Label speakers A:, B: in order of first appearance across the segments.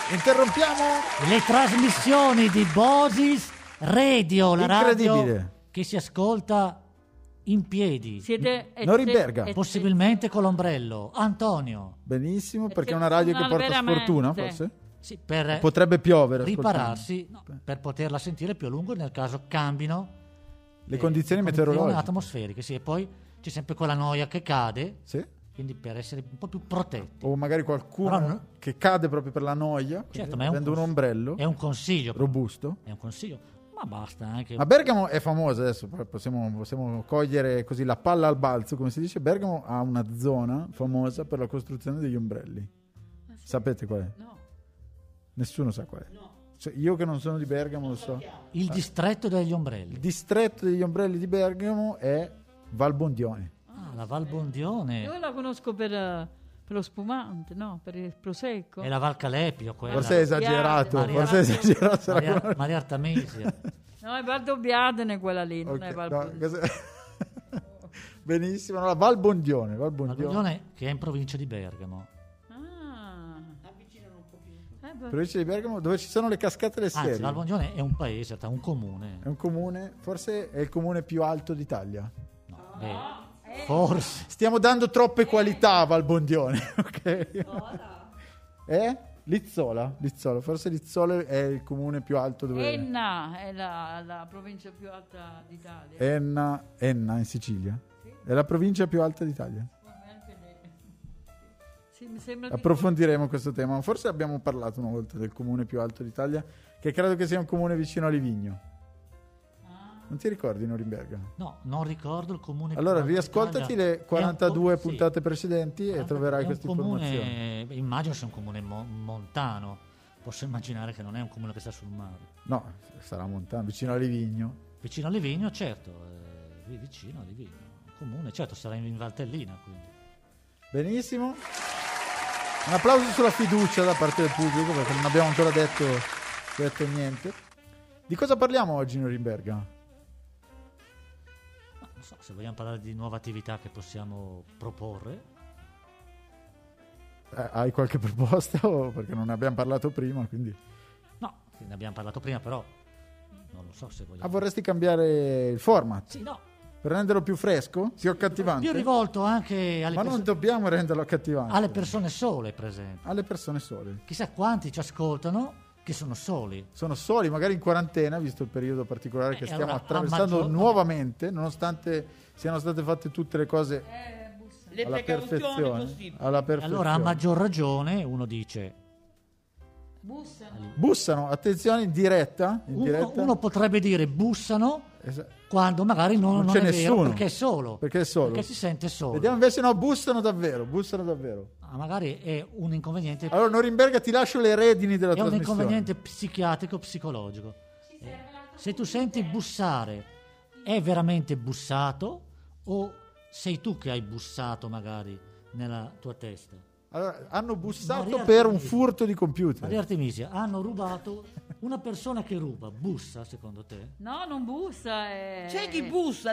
A: Interrompiamo
B: le trasmissioni di Bosis Radio, la radio che si ascolta in piedi.
A: Norimberga.
B: Possibilmente con l'ombrello. Antonio.
A: Benissimo, perché è una radio che porta sfortuna, forse?
B: Sì, per
A: potrebbe piovere.
B: Ripararsi, per poterla sentire più a lungo nel caso cambino
A: le condizioni meteorologiche
B: atmosferiche. Sì, e poi c'è sempre quella noia che cade.
A: Sì.
B: Quindi per essere un po' più protetti.
A: O magari qualcuno che cade proprio per la noia,
B: certo, ma
A: prende un ombrello.
B: È un consiglio.
A: Robusto.
B: È un consiglio, ma basta anche.
A: Ma Bergamo è famosa, adesso possiamo cogliere così la palla al balzo, come si dice. Bergamo ha una zona famosa per la costruzione degli ombrelli. Sì. Sapete qual è?
C: No.
A: Nessuno sa qual è.
C: No.
A: Cioè, io che non sono di Bergamo lo so.
B: Il distretto degli ombrelli.
A: Il distretto degli ombrelli di Bergamo è Valbondione.
B: La Valbondione.
C: Io la conosco per lo spumante, no? Per il prosecco.
B: È la Val Calepio quella.
A: Forse è esagerato.
B: Maria Artemisia.
C: No, è Valdobbiadene quella lì, non è Valbondione.
A: Benissimo, no, la Valbondione.
B: Valbondione che è in provincia di Bergamo.
C: Avvicinano un po' più.
A: Provincia di Bergamo, dove ci sono le cascate del Serio.
B: Valbondione è un paese, un comune.
A: È un comune, forse è il comune più alto d'Italia.
B: No. Forse
A: stiamo dando troppe qualità a Valbondione, ok? Lizzola, forse Lizzola è il comune più alto dove
C: Enna è la provincia più alta d'Italia.
A: Enna in Sicilia. Sì. È la provincia più alta d'Italia.
C: Sì, mi sembra
A: approfondiremo questo tema. Forse abbiamo parlato una volta del comune più alto d'Italia, che credo che sia un comune vicino a Livigno. Non ti ricordi Norimberga?
B: No, non ricordo il comune.
A: Allora riascoltati le 42 puntate precedenti e troverai questa informazione.
B: Immagino sia un comune montano. Posso immaginare che non è un comune che sta sul mare.
A: No, sarà montano, vicino a Livigno.
B: Vicino a Livigno, certo. Vicino a Livigno. Un comune, certo, sarà in Valtellina. Quindi.
A: Benissimo. Un applauso sulla fiducia da parte del pubblico, perché non abbiamo ancora detto niente. Di cosa parliamo oggi Norimberga?
B: Non so, se vogliamo parlare di nuove attività che possiamo proporre.
A: Hai qualche proposta o perché non ne abbiamo parlato prima, quindi?
B: No, ne abbiamo parlato prima, però non lo so se vogliamo.
A: Vorresti cambiare il format?
B: Sì, no.
A: Per renderlo più fresco? Più accattivante?
B: Più rivolto anche alle
A: Ma non dobbiamo renderlo accattivante.
B: Alle persone sole, per esempio.
A: Alle persone sole.
B: Chissà quanti ci ascoltano che sono soli.
A: Sono soli, magari in quarantena, visto il periodo particolare che stiamo attraversando nuovamente, nonostante siano state fatte tutte le cose alla perfezione.
B: Allora, a maggior ragione, uno dice...
A: Bussano, attenzione, in diretta.
B: Uno potrebbe dire bussano quando magari non
A: c'è
B: è
A: nessuno.
B: Vero, perché è solo.
A: Perché si
B: sente solo.
A: Vediamo invece bussano davvero.
B: Magari è un inconveniente.
A: Allora Norimberga, ti lascio le redini della trasmissione.
B: È un inconveniente psichiatrico, psicologico. Se tu senti bussare, è veramente bussato o sei tu che hai bussato magari nella tua testa?
A: Allora, hanno bussato per un furto di computer.
B: Maria Artemisia, hanno rubato. Una persona che ruba, bussa secondo te?
C: No, non bussa.
D: C'è chi bussa.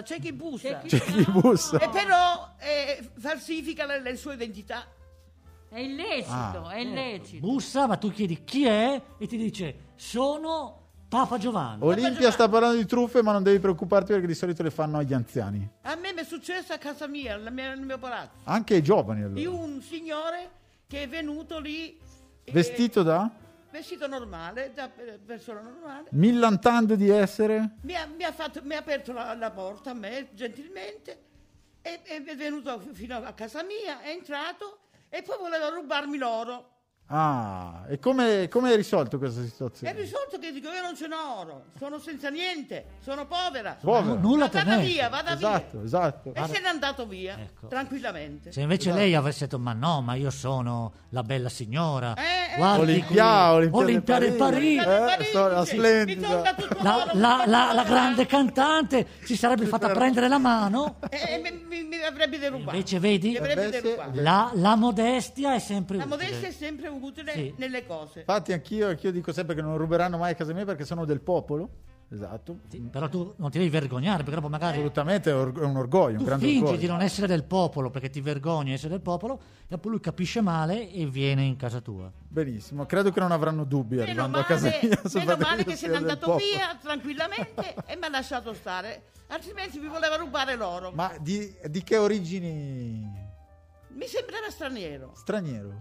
C: E
D: però falsifica le sue identità.
C: È illecito, è illecito.
B: Bussa, ma tu chiedi chi è e ti dice sono Papa Giovanni.
A: Olimpia sta parlando di truffe, ma non devi preoccuparti perché di solito le fanno agli anziani.
D: A me mi è successo a casa mia, nel mio palazzo.
A: Anche ai giovani allora.
D: Di un signore che è venuto lì
A: vestito
D: vestito normale, da persona normale,
A: millantando di essere.
D: Mi ha aperto la porta a me gentilmente, è venuto fino a casa mia, è entrato e poi voleva rubarmi l'oro.
A: E come hai risolto questa situazione?
D: È risolto che dico io non ce n'ho oro, sono senza niente, sono povera.
B: Nulla
D: vada via.
A: Esatto.
D: E se n'è andato via, tranquillamente.
B: Se invece lei avesse detto ma io sono la bella signora.
A: Guardi Olimpia del
B: Parigi.
A: La splendida.
B: La grande cantante si sarebbe fatta prendere la mano.
D: Mi avrebbe derubato.
B: Invece vedi, la modestia è sempre utile.
D: La modestia è sempre utile nelle cose.
A: Infatti anch'io dico sempre che non ruberanno mai a casa mia perché sono del popolo. esatto.
B: Sì, però tu non ti devi vergognare, perché dopo magari
A: Assolutamente è un orgoglio, un
B: tu
A: grande
B: fingi
A: orgoglio.
B: di non essere del popolo perché ti vergogni di essere del popolo, e poi lui capisce male e viene in casa tua.
A: Benissimo, credo che non avranno dubbi
D: Meno
A: arrivando a casa mia. sul
D: meno
A: fatto
D: male
A: io
D: che se
A: sia
D: n'è
A: del
D: andato
A: popolo.
D: via tranquillamente e mi ha lasciato stare, altrimenti mi voleva rubare l'oro.
A: Ma di che origini?
D: Mi sembrava straniero.
A: Straniero.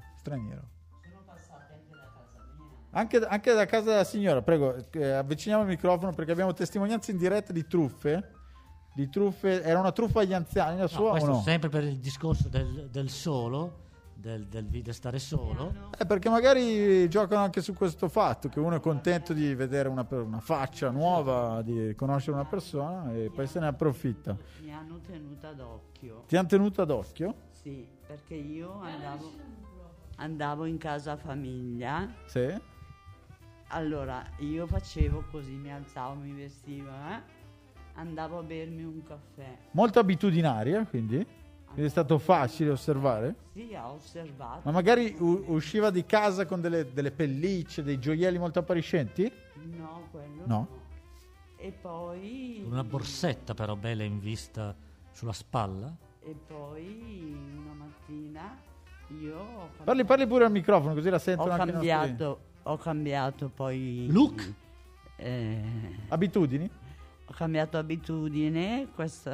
A: Anche da casa della signora, prego, avviciniamo il microfono perché abbiamo testimonianze in diretta di truffe. Era una truffa agli anziani la sua o
B: questo
A: no?
B: sempre per il discorso del solo, del stare solo.
A: Perché magari giocano anche su questo fatto, che uno è contento di vedere una faccia nuova, di conoscere una persona e poi se ne approfitta.
E: Mi hanno tenuta d'occhio.
A: Ti hanno tenuto ad occhio?
E: Sì, perché io andavo in casa famiglia.
A: Sì.
E: Allora, io facevo così, mi alzavo, mi vestivo, andavo a bermi un caffè.
A: Molto abitudinaria, quindi è stato facile osservare.
E: Sì, ho osservato.
A: Ma magari usciva di casa con delle pellicce, dei gioielli molto appariscenti?
E: No, quello
A: No.
E: no. E poi...
B: Una borsetta però bella in vista sulla spalla.
E: E poi una mattina io ho
A: Parli pure al microfono così la sentono anche i nostri...
E: Ho cambiato poi...
B: Look?
A: Abitudini?
E: Ho cambiato abitudine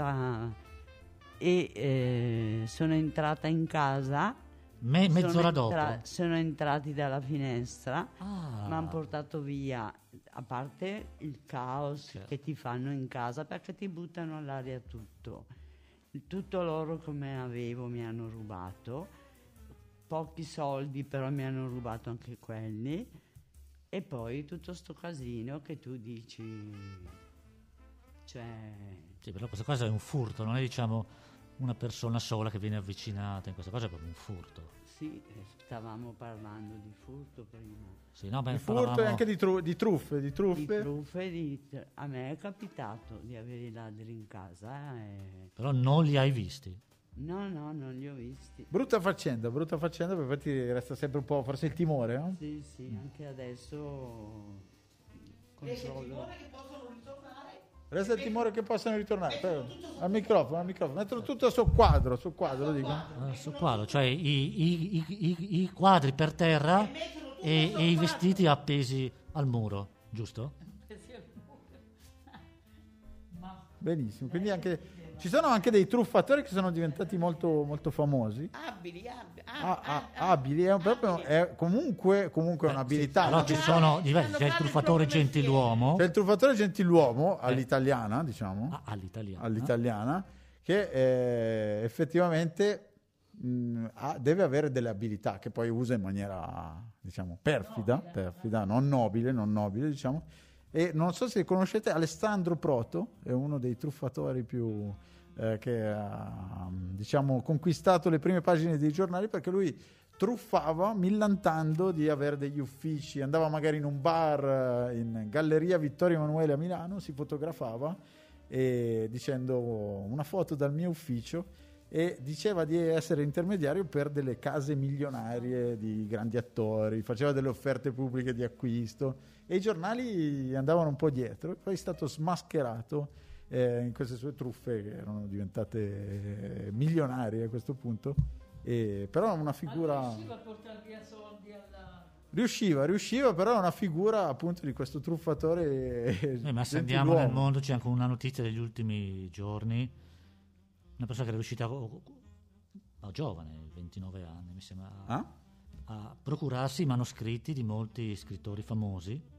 E: e sono entrata in casa.
B: Mezz'ora dopo.
E: Sono entrati dalla finestra,
B: Ah.
E: mi hanno portato via, a parte il caos
B: Certo.
E: che ti fanno in casa perché ti buttano all'aria tutto. Tutto l'oro come avevo mi hanno rubato, pochi soldi però mi hanno rubato anche quelli, e poi tutto sto casino che tu dici, cioè...
B: Sì, però questa cosa è un furto, non è diciamo una persona sola che viene avvicinata, in questa cosa è proprio un furto.
E: Sì, stavamo parlando di furto prima.
B: Sì, no, beh,
A: Di furto e
B: parlavamo-
A: anche di truffe.
E: Di truffe, a me è capitato di avere i ladri in casa.
B: Però non li hai visti.
E: No, non li ho visti.
A: Brutta faccenda, perché poi ti resta sempre un po' forse il timore, no?
E: Sì, anche adesso controllo.
A: Resta il timore che possano ritornare. Prego. Al microfono. Mettono tutto sul quadro, lo dico.
B: Su quadro, cioè i quadri per terra e i vestiti appesi al muro, giusto?
A: Benissimo, quindi anche ci sono anche dei truffatori che sono diventati molto, molto famosi. Abili, è comunque un'abilità.
B: Però ci sono diversi, c'è il truffatore gentiluomo.
A: C'è il truffatore gentiluomo all'italiana, diciamo, all'italiana, che effettivamente deve avere delle abilità che poi usa in maniera, diciamo, perfida, non nobile, diciamo. E non so se conoscete Alessandro Proto, è uno dei truffatori più che ha, diciamo, conquistato le prime pagine dei giornali, perché lui truffava millantando di avere degli uffici, andava magari in un bar in Galleria Vittorio Emanuele a Milano, si fotografava e dicendo una foto dal mio ufficio, e diceva di essere intermediario per delle case milionarie di grandi attori, faceva delle offerte pubbliche di acquisto e i giornali andavano un po' dietro, e poi è stato smascherato in queste sue truffe che erano diventate milionarie a questo punto, però è una figura...
C: Riusciva a portare via soldi alla...
A: Riusciva, però è una figura appunto di questo truffatore.
B: Ma se andiamo nel mondo c'è anche una notizia degli ultimi giorni, una persona che è riuscita giovane, 29 anni mi sembra, a procurarsi i manoscritti di molti scrittori famosi.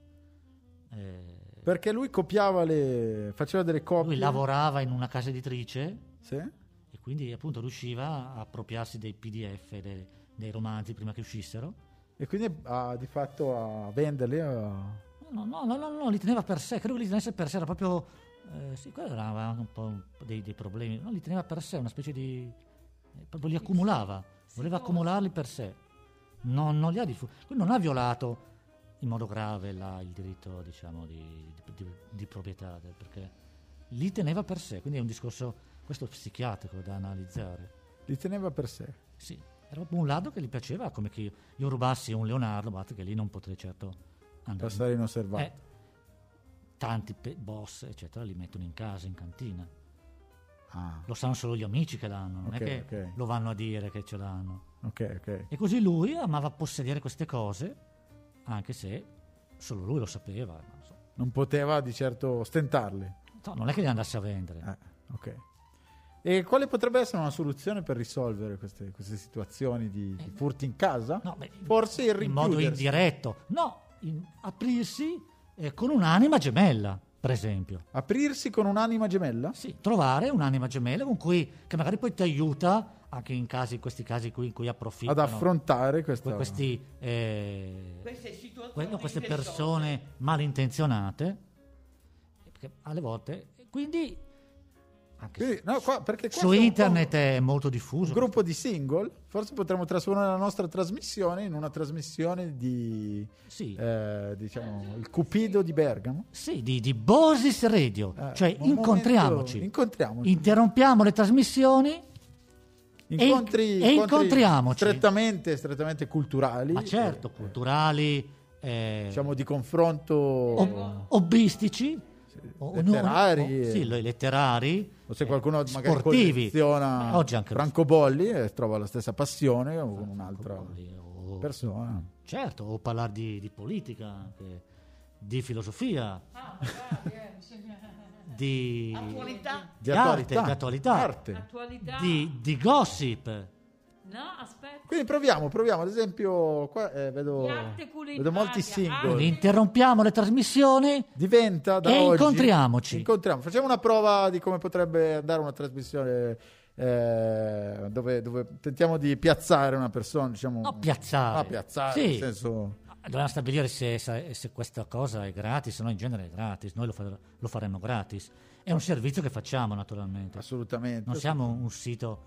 A: Perché lui faceva delle copie.
B: Lui lavorava in una casa editrice,
A: sì?
B: E quindi appunto riusciva a appropriarsi dei PDF, dei romanzi prima che uscissero.
A: E quindi di fatto a venderli?
B: No, li teneva per sé, credo che li tenesse per sé, era proprio... sì, quello era un po' dei problemi, no, li teneva per sé, una specie di... proprio li accumulava, voleva accumularli per sé, non li ha quindi non ha violato in modo grave il diritto, diciamo, di proprietà, perché li teneva per sé, quindi è un discorso, questo psichiatrico da analizzare.
A: Li teneva per sé?
B: Sì, era proprio un ladro che gli piaceva, come che io rubassi un Leonardo, ma che lì non potrei certo andare.
A: Passare inosservato.
B: tanti boss, eccetera, li mettono in casa, in cantina.
A: Ah.
B: Lo sanno solo gli amici che l'hanno, non è che lo vanno a dire che ce l'hanno. E così lui amava possedere queste cose, anche se solo lui lo sapeva.
A: Non poteva di certo ostentarli.
B: No, non è che li andasse a vendere.
A: Ok. E quale potrebbe essere una soluzione per risolvere queste situazioni di furti in casa?
B: No,
A: forse il
B: in modo indiretto. No, aprirsi con un'anima gemella, per esempio.
A: Aprirsi con un'anima gemella?
B: Sì, trovare un'anima gemella che magari poi ti aiuta anche in questi casi in cui approfittano
A: ad affrontare
B: queste persone malintenzionate, perché alle volte quindi anche
A: perché
B: su internet è molto diffuso
A: un gruppo di single. Forse potremmo trasformare la nostra trasmissione in una trasmissione di diciamo il Cupido di Bergamo,
B: di Bosis Radio, cioè incontriamoci, interrompiamo le trasmissioni e incontriamoci
A: strettamente culturali,
B: ma certo, culturali,
A: diciamo di confronto
B: hobbistici,
A: letterari,
B: letterari,
A: o se qualcuno magari
B: sportivi.
A: colleziona
B: Oggi anche
A: francobolli e trova la stessa passione con un'altra persona,
B: certo, o parlare di politica, anche di filosofia, di attualità, di gossip.
C: No, aspetta.
A: Quindi proviamo ad esempio qua vedo molti single.
B: Interrompiamo le trasmissioni,
A: diventa da
B: e
A: oggi
B: incontriamoci.
A: Facciamo una prova di come potrebbe andare una trasmissione dove tentiamo di piazzare una persona, diciamo.
B: Piazzare,
A: sì. Nel senso,
B: dobbiamo stabilire se questa cosa è gratis, se no in genere è gratis, noi lo faremo gratis. È un servizio che facciamo, naturalmente.
A: Assolutamente.
B: Non siamo un sito.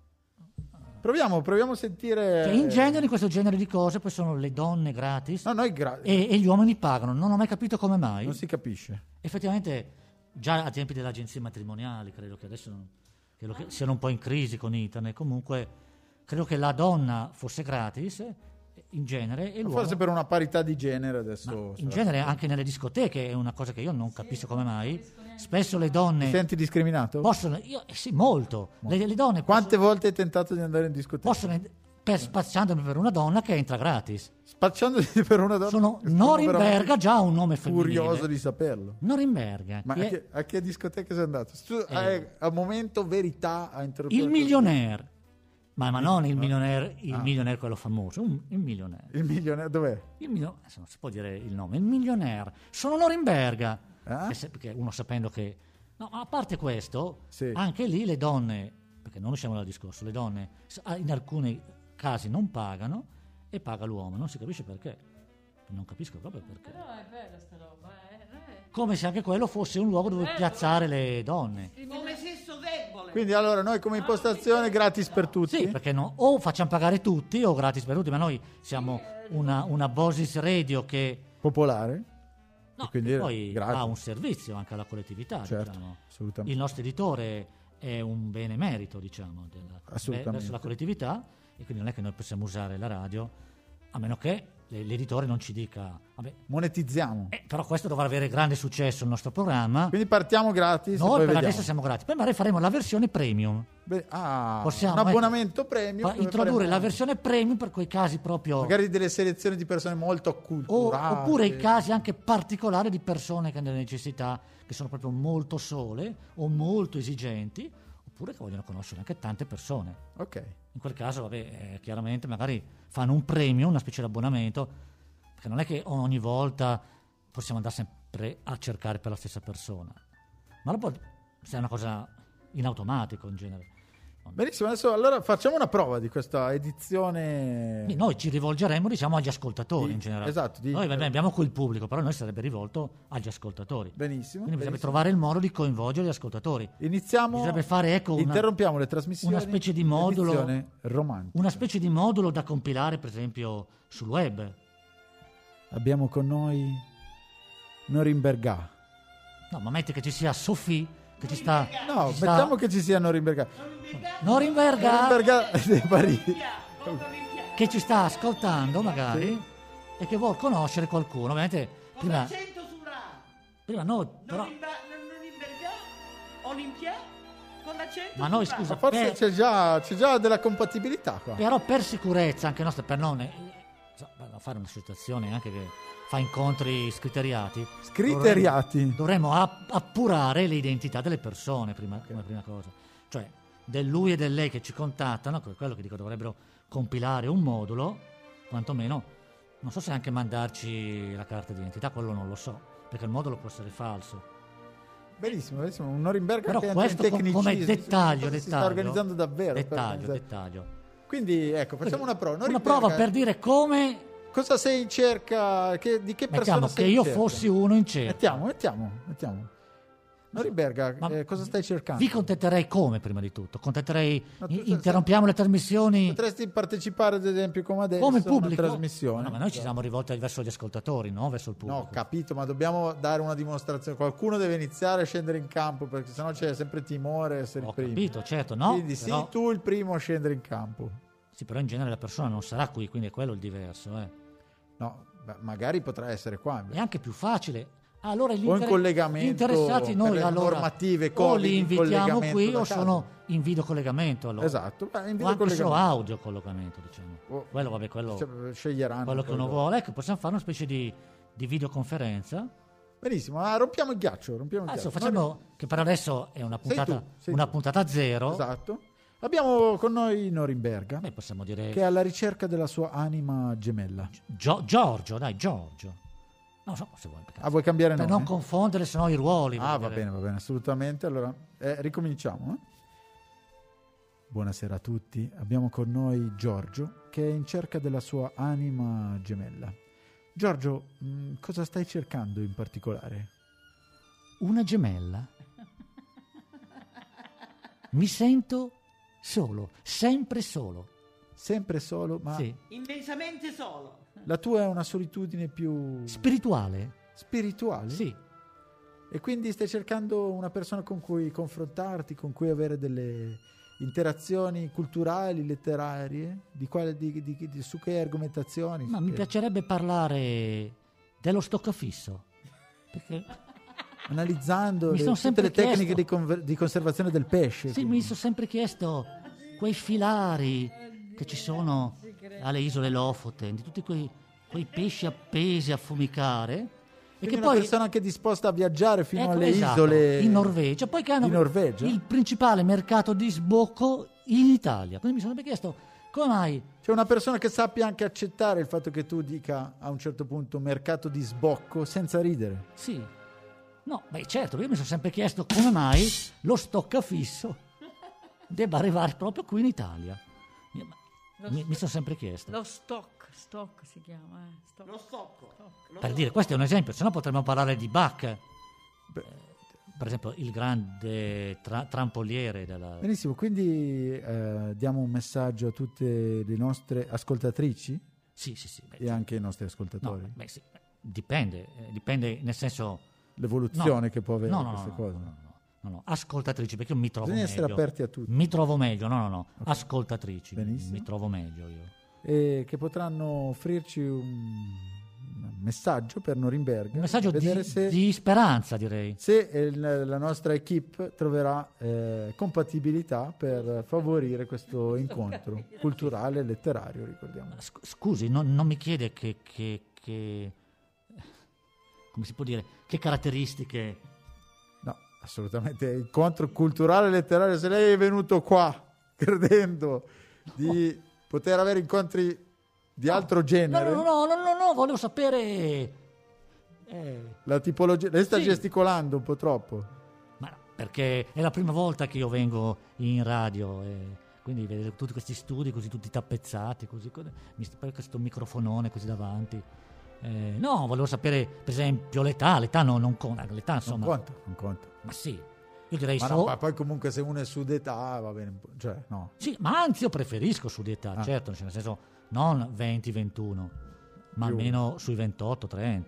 A: Proviamo a sentire.
B: Che in genere, in questo genere di cose, poi sono le donne gratis.
A: No, noi
B: e gli uomini pagano. Non ho mai capito come mai.
A: Non si capisce.
B: Effettivamente, già a tempi delle agenzie matrimoniali, credo che adesso siano un po' in crisi con internet. Comunque, credo che la donna fosse gratis in genere e l'uomo.
A: Forse per una parità di genere adesso.
B: In genere anche nelle discoteche è una cosa che io non capisco come mai. Spesso le donne.
A: Ti senti discriminato?
B: Sì, molto. Le donne.
A: Quante volte hai tentato di andare in discoteca?
B: Spacciandomi per una donna che entra gratis.
A: Spacciandomi per una donna?
B: Sono Norimberga, già un nome femminile.
A: Curioso di saperlo.
B: Norimberga.
A: Ma a che discoteca sei andato? A momento verità a interrompere.
B: Il Millionaire. Ma non il Millionaire, Millionaire quello famoso, il Millionaire.
A: Il Millionaire dov'è?
B: Non si può dire il nome, il Millionaire. Sono Norimberga. Perché uno sapendo che. No, a parte questo, anche lì le donne, perché non usciamo dal discorso, le donne in alcuni casi non pagano e paga l'uomo, non si capisce perché. Non capisco proprio perché.
C: Però è bella sta roba,
B: come se anche quello fosse un luogo dove piazzare le donne.
D: Come sesso debole.
A: Quindi allora noi come impostazione gratis per tutti?
B: Sì, perché o facciamo pagare tutti o gratis per tutti, ma noi siamo una Bosis Radio che.
A: Popolare?
B: No,
A: quindi
B: poi ha un servizio anche alla collettività.
A: Certo,
B: diciamo.
A: assolutamente.
B: Il nostro editore è un benemerito, diciamo, verso la collettività, e quindi non è che noi possiamo usare la radio, a meno che l'editore non ci dica
A: monetizziamo.
B: Però questo dovrà avere grande successo il nostro programma.
A: Quindi partiamo gratis.
B: Noi per adesso siamo gratis, poi magari faremo la versione premium.
A: Possiamo un abbonamento premium.
B: Introdurre la versione premium per quei casi proprio.
A: Magari delle selezioni di persone molto acculturate.
B: Oppure i casi anche particolari di persone che hanno delle necessità, che sono proprio molto sole o molto esigenti, oppure che vogliono conoscere anche tante persone.
A: Ok.
B: In quel caso, chiaramente magari fanno un premium, una specie di abbonamento, perché non è che ogni volta possiamo andare sempre a cercare per la stessa persona, ma dopo è una cosa in automatico in genere.
A: Benissimo, adesso allora facciamo una prova di questa edizione.
B: Noi ci rivolgeremo, diciamo, agli ascoltatori in generale.
A: Esatto.
B: Noi abbiamo quel pubblico, però noi sarebbe rivolto agli ascoltatori.
A: Benissimo.
B: Quindi bisogna trovare il modo di coinvolgere gli ascoltatori.
A: Iniziamo.
B: Bisognerebbe fare,
A: interrompiamo le trasmissioni.
B: Una specie di modulo
A: romantica.
B: Una specie di modulo da compilare, per esempio, sul web.
A: Abbiamo con noi Norimberga.
B: No, ma metti che ci sia Sofì che ci sta.
A: No, mettiamo che ci sia Norimberga.
B: Norimberga
A: di Parigi.
B: Che ci sta ascoltando magari e che vuol conoscere qualcuno. Ovviamente prima Prima noi, però...
D: Olimpia con l'accento.
B: Ma noi, scusa,
A: Ma forse c'è già della compatibilità qua.
B: Però per sicurezza, anche nostra, per non fare una situazione anche che fa incontri scriteriati. Dovremmo appurare l'identità delle persone come prima cosa. Cioè, del lui e del lei che ci contattano, quello che dico, dovrebbero compilare un modulo, quantomeno, non so se anche mandarci la carta d'identità, quello non lo so, perché il modulo può essere falso.
A: Benissimo, un Norimberga
B: però
A: che
B: questo come dettaglio
A: si sta organizzando davvero.
B: Dettaglio.
A: Quindi ecco, facciamo una prova.
B: Una prova per dire come...
A: Cosa sei in cerca? Di che persona sei
B: che
A: in
B: io
A: cerca?
B: fossi uno in cerca.
A: Mettiamo. Norimberga, cosa stai cercando?
B: Vi contatterei come, prima di tutto? Interrompiamo le trasmissioni?
A: Potresti partecipare, ad esempio, come adesso,
B: come pubblico?
A: A una trasmissione.
B: No, ma noi ci siamo rivolti verso gli ascoltatori, non verso il pubblico.
A: No, capito, ma dobbiamo dare una dimostrazione. Qualcuno deve iniziare a scendere in campo, perché sennò c'è sempre timore a essere il primo.
B: Ho capito, certo, no?
A: Quindi sii tu il primo a scendere in campo.
B: Sì, però in genere la persona non sarà qui, quindi è quello il diverso.
A: No, magari potrà essere qua.
B: È anche più facile. Allora
A: o in collegamento,
B: gli interessati noi allora
A: normative,
B: o li invitiamo qui o sono in videocollegamento, allora.
A: Esatto,
B: o anche solo audio collegamento, diciamo. Quello
A: sceglieranno,
B: quello che uno vuole. Ecco, possiamo fare una specie di videoconferenza.
A: Benissimo, rompiamo il ghiaccio.
B: Facciamo che per adesso è una puntata zero.
A: Esatto. Abbiamo con noi Norimberga,
B: possiamo dire
A: che è alla ricerca della sua anima gemella.
B: Giorgio. Non so se vuoi.
A: Vuoi cambiare
B: nome? Per non confondere, sennò i ruoli.
A: Va bene, assolutamente. Allora, ricominciamo. Buonasera a tutti. Abbiamo con noi Giorgio, che è in cerca della sua anima gemella. Giorgio, cosa stai cercando in particolare?
B: Una gemella? Mi sento solo, sempre solo.
A: Sempre solo, ma...
B: Sì.
D: Immensamente solo.
A: La tua è una solitudine più...
B: Spirituale?
A: Sì. E quindi stai cercando una persona con cui confrontarti, con cui avere delle interazioni culturali, letterarie? Su che argomentazioni?
B: Ma mi piacerebbe parlare dello stoccafisso. Perché...
A: Analizzando tutte le tecniche di conservazione del pesce.
B: Sì, quindi. Mi sono sempre chiesto quei filari che ci sono alle isole Lofoten, di tutti quei pesci appesi a fumicare.
A: E che poi una persona anche disposta a viaggiare fino alle isole
B: in Norvegia, poi che hanno il principale mercato di sbocco in Italia. Quindi mi sono sempre chiesto come mai.
A: C'è una persona che sappia anche accettare il fatto che tu dica a un certo punto mercato di sbocco senza ridere.
B: Sì. No, certo, io mi sono sempre chiesto come mai lo stoccafisso debba arrivare proprio qui in Italia. Mi sono sempre chiesto.
C: Lo stock si chiama.
D: Lo stocco.
B: Per dire, questo è un esempio, se no potremmo parlare di Bach. Per esempio, il grande trampoliere della...
A: Benissimo, quindi diamo un messaggio a tutte le nostre ascoltatrici?
B: Sì.
A: E anche ai nostri ascoltatori?
B: No, sì. Dipende nel senso...
A: L'evoluzione che può avere queste cose.
B: No, ascoltatrici, perché io mi trovo
A: Bisogna
B: meglio.
A: essere aperti a tutti.
B: Mi trovo meglio, no. Okay. Ascoltatrici.
A: Benissimo.
B: Mi trovo meglio io.
A: E che potranno offrirci un messaggio per Norimberga.
B: Un messaggio di speranza, direi.
A: Se la nostra equipe troverà compatibilità per favorire questo incontro culturale e letterario, ricordiamo.
B: Scusi, non mi chiede che come si può dire, che caratteristiche...
A: No, assolutamente, incontro culturale e letterario. Se lei è venuto qua credendo di poter avere incontri di altro genere...
B: No, volevo sapere...
A: La tipologia... Lei sta gesticolando un po' troppo.
B: Ma perché è la prima volta che io vengo in radio quindi vedere tutti questi studi così tutti tappezzati, così questo microfonone così davanti... no, volevo sapere per esempio l'età non conta, l'età insomma
A: non conta.
B: Ma sì, io direi
A: ma poi comunque se uno è su d'età va bene, cioè no.
B: Sì, ma anzi io preferisco su d'età, certo, nel senso non 20-21, ma almeno sui 28-30.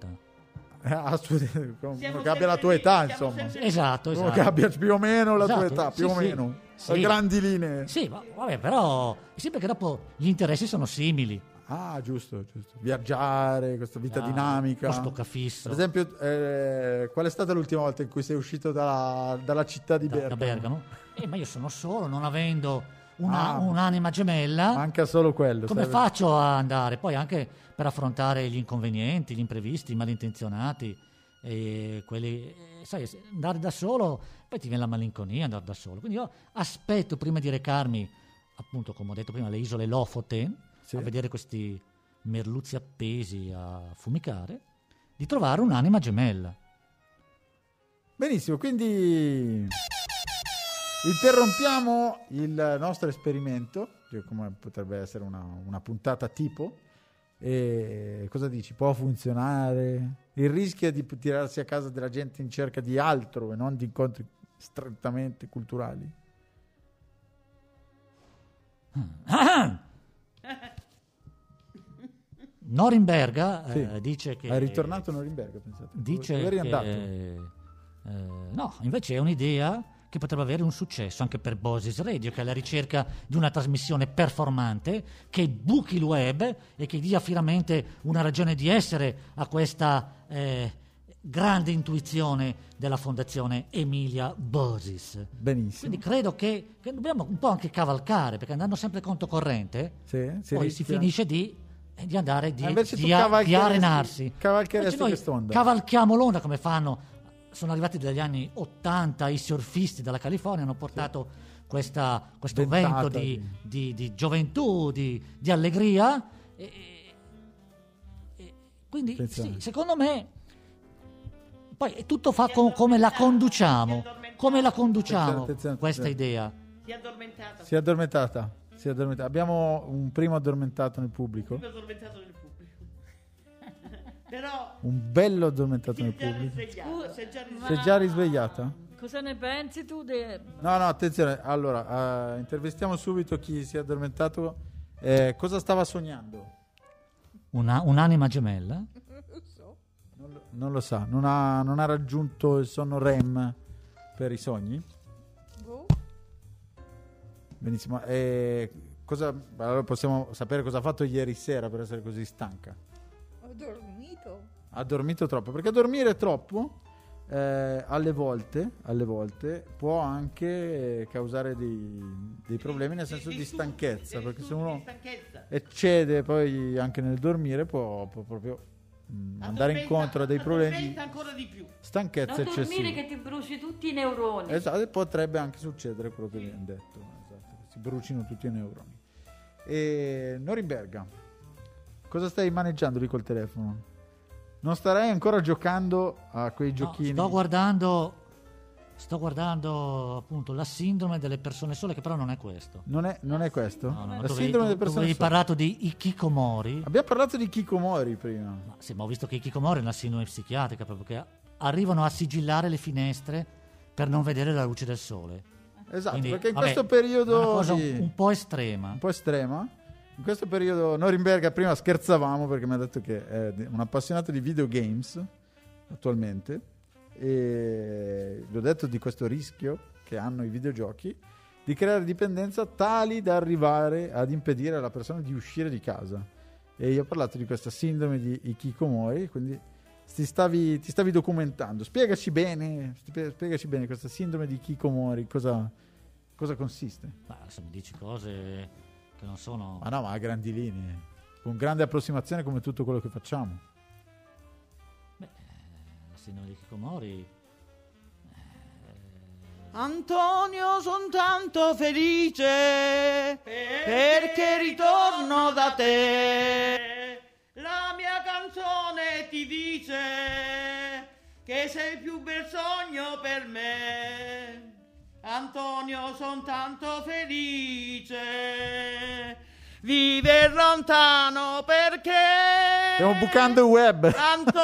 A: Uno che abbia la tua età, insomma.
B: Esatto.
A: Uno che abbia più o meno la tua età, più o meno. Grandi linee.
B: Sì, ma vabbè, però sempre che dopo gli interessi sono simili.
A: Giusto. Viaggiare, questa vita dinamica.
B: Posto fisso.
A: Ad esempio, qual è stata l'ultima volta in cui sei uscito dalla città di Bergamo?
B: Da Bergamo? Ma io sono solo, non avendo un'anima gemella.
A: Manca solo quello.
B: Come faccio a andare? Poi anche per affrontare gli inconvenienti, gli imprevisti, i malintenzionati, e quelli, sai, andare da solo, poi ti viene la malinconia andare da solo. Quindi io aspetto, prima di recarmi, appunto, come ho detto prima, alle isole Lofoten, a vedere questi merluzzi appesi a fumicare, di trovare un'anima gemella.
A: Benissimo, quindi interrompiamo il nostro esperimento, come potrebbe essere una puntata tipo. E cosa dici? Può funzionare? Il rischio è di tirarsi a casa della gente in cerca di altro e non di incontri strettamente culturali.
B: Norimberga dice che...
A: È ritornato a Norimberga, pensate.
B: Dice che... no, invece è un'idea che potrebbe avere un successo anche per Bosis Radio, che è alla ricerca di una trasmissione performante che buchi il web e che dia finalmente una ragione di essere a questa grande intuizione della Fondazione Emilia Bosis.
A: Benissimo.
B: Quindi credo che dobbiamo un po' anche cavalcare, perché andando sempre conto corrente poi si finisce di andare di arenarsi.
A: Cavalcheresti quest'onda.
B: Cavalchiamo l'onda come fanno. Sono arrivati dagli anni 80 i surfisti dalla California, hanno portato questo vento di gioventù, di allegria, e quindi sì, secondo me poi è tutto fa come la conduciamo,
A: attenzione.
B: Questa idea.
A: Si è addormentata. Abbiamo un primo addormentato nel pubblico.
D: Però
A: un bello addormentato nel pubblico. Si è già risvegliata?
C: Cosa ne pensi tu?
A: No, attenzione. Allora, intervistiamo subito chi si è addormentato. Cosa stava sognando?
B: Un'anima gemella?
A: Non lo sa. Non ha raggiunto il sonno REM per i sogni? Benissimo. Allora possiamo sapere cosa ha fatto ieri sera per essere così stanca? Ha dormito troppo, perché dormire troppo alle volte può anche causare dei problemi, nel senso di stanchezza, perché se uno eccede poi anche nel dormire può proprio andare incontro a dei problemi,
D: ancora di più.
A: Stanchezza
C: non
A: eccessiva.
C: dormire che ti bruci tutti i neuroni.
A: Esatto, potrebbe anche succedere quello che viene detto, esatto, che si brucino tutti i neuroni. E Norimberga, cosa stai maneggiando lì col telefono? Non starei ancora giocando a quei giochini?
B: Sto guardando appunto la sindrome delle persone sole, che però non è questo.
A: Non è questo?
B: No,
A: la sindrome delle persone
B: sole. Avevi parlato di hikikomori.
A: Abbiamo parlato di hikikomori prima.
B: Ma ho visto che hikikomori è una sindrome psichiatrica, proprio che arrivano a sigillare le finestre per non vedere la luce del sole.
A: Esatto,
B: quindi,
A: perché in questo periodo...
B: È una cosa un po' estrema.
A: In questo periodo Norimberga, prima scherzavamo perché mi ha detto che è un appassionato di videogames attualmente, e gli ho detto di questo rischio che hanno i videogiochi di creare dipendenza tali da arrivare ad impedire alla persona di uscire di casa, e io ho parlato di questa sindrome di hikikomori, quindi ti stavi documentando. Spiegaci bene questa sindrome di hikikomori, cosa consiste?
B: Se mi dici cose che non sono...
A: Ma a grandi linee, con grande approssimazione, come tutto quello che facciamo.
B: La sindrome di hikikomori...
D: Antonio, son tanto felice perché ritorno da te. La mia canzone ti dice che sei il più bel sogno per me. Antonio, son tanto felice, viver lontano perché
A: stiamo bucando il web.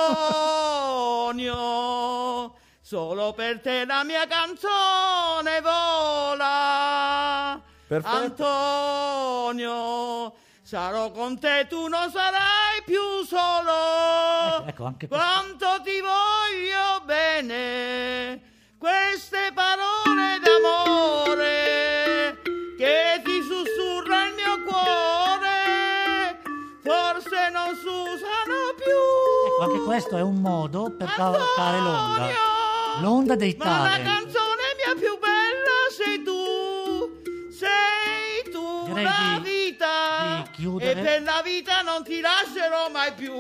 D: Antonio, solo per te la mia canzone vola.
A: Perfetto.
D: Antonio, sarò con te, tu non sarai più solo.
B: Ecco, anche
D: quanto ti voglio bene. Queste parole d'amore che ti sussurra il mio cuore, usano più.
B: Ecco, anche questo è un modo per cavalcare l'onda dei
D: Ma la
B: talent.
D: canzone mia più bella sei tu
B: Direi
D: la
B: di
D: vita,
B: chiudere.
D: e per la vita non ti lascerò mai più.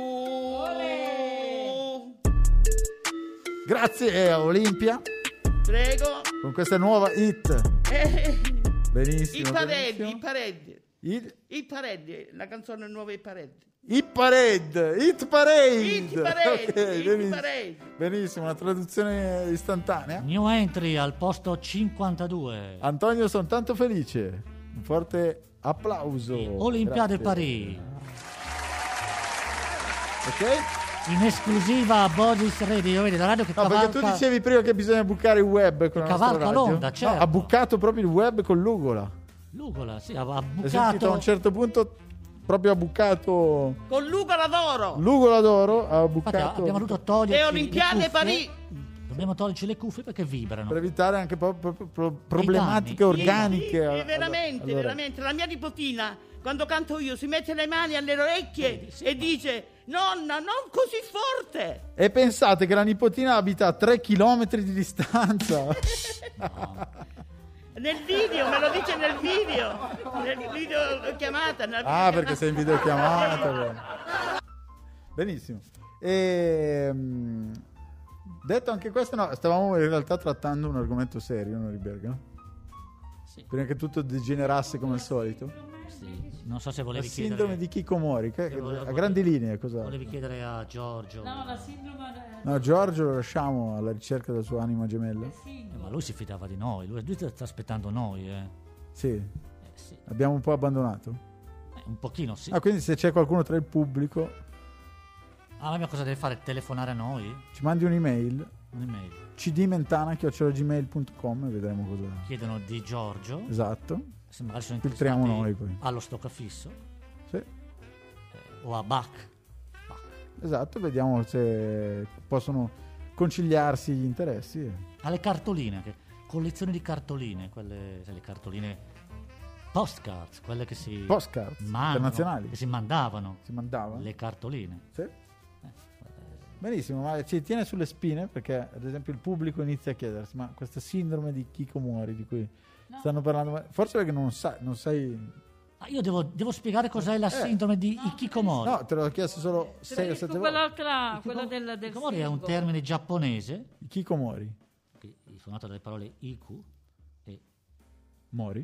A: Grazie Olimpia
D: Prego.
A: con questa nuova hit. Benissimo.
D: I
A: benissimo.
D: Parade.
A: Il
D: I Parade, la canzone nuova I Parade.
A: Hit Parade.
D: Hit Parade.
A: Ok,
D: Hit
A: benissimo.
D: Parade.
A: Benissimo, una traduzione istantanea.
B: New entry al posto 52.
A: Antonio, sono tanto felice. Un forte applauso.
B: Olimpiade
A: Grazie.
B: Paris.
A: Ok?
B: In esclusiva a Bodis Radio, vedi la radio che
A: No,
B: cavalca.
A: perché tu dicevi prima che bisogna bucare il web con la nostra
B: cavalca
A: radio.
B: l'onda, certo.
A: No, ha bucato proprio il web con l'Ugola.
B: Lugola, sì, ha
A: Hai sentito a
B: bucato.
A: un certo punto proprio ha bucato
D: Con Lugola d'Oro.
A: l'Ugola d'oro, ha
B: Infatti
A: bucato
B: abbiamo dovuto toglierci
D: Le Olimpiadi
B: le cuffie.
D: Parì.
B: Dobbiamo toglierci le cuffie perché vibrano.
A: per evitare anche proprio problematiche
B: danni.
A: organiche.
D: Veramente,
A: Allora,
D: veramente. La mia nipotina, quando canto io, si mette le mani alle orecchie e dice: nonna, non così forte.
A: E pensate che la nipotina abita a 3 chilometri di distanza.
D: Nel video, me lo dice nel video chiamata.
A: Ah, perché sei in videochiamata. beh. Benissimo. Detto anche questo, no, stavamo in realtà trattando un argomento serio, no, Riberga?
B: Sì.
A: Prima che tutto degenerasse come al solito.
B: Sì. Non so se
A: La
B: volevi
A: sindrome
B: chiedere.
A: di Kikomori, che,
B: volevo-
A: a grandi linee cosa?
B: Volevi chiedere a Giorgio.
C: No, la sindrome
A: No, Giorgio lo lasciamo alla ricerca della sua anima gemella.
B: Ma lui si fidava di noi. Lui sta aspettando noi.
A: Sì,
B: Sì.
A: abbiamo un po' abbandonato.
B: Un pochino sì.
A: Ah, quindi se c'è qualcuno tra il pubblico,
B: Ah, ma cosa deve fare? Telefonare a noi?
A: ci mandi un'email
B: Un'email.
A: cdmentana@gmail.com e vedremo cosa.
B: Chiedono di Giorgio.
A: Esatto.
B: Se magari sono
A: Filtriamo
B: interessati
A: noi poi.
B: allo stoccafisso
A: Sì.
B: o a Bach.
A: Esatto, vediamo se possono conciliarsi gli interessi.
B: Alle cartoline, collezioni di cartoline, quelle, sai, le cartoline postcards, quelle che si
A: Postcards internazionali.
B: che si mandavano,
A: Si mandava?
B: le cartoline.
A: Sì. Benissimo, ma ci tiene sulle spine perché ad esempio il pubblico inizia a chiedersi: ma questa sindrome di Kikomori di cui stanno parlando, forse perché non sai.
B: Ah, io devo spiegare cos'è la sindrome di Hikikomori.
A: No, te l'ho chiesto solo 6 o 7 volte.
C: quell'altra, quella del
B: Hikikomori è un
C: simbolo.
B: termine giapponese
A: Kikomori.
B: che è suonato dalle parole iku e
A: Mori?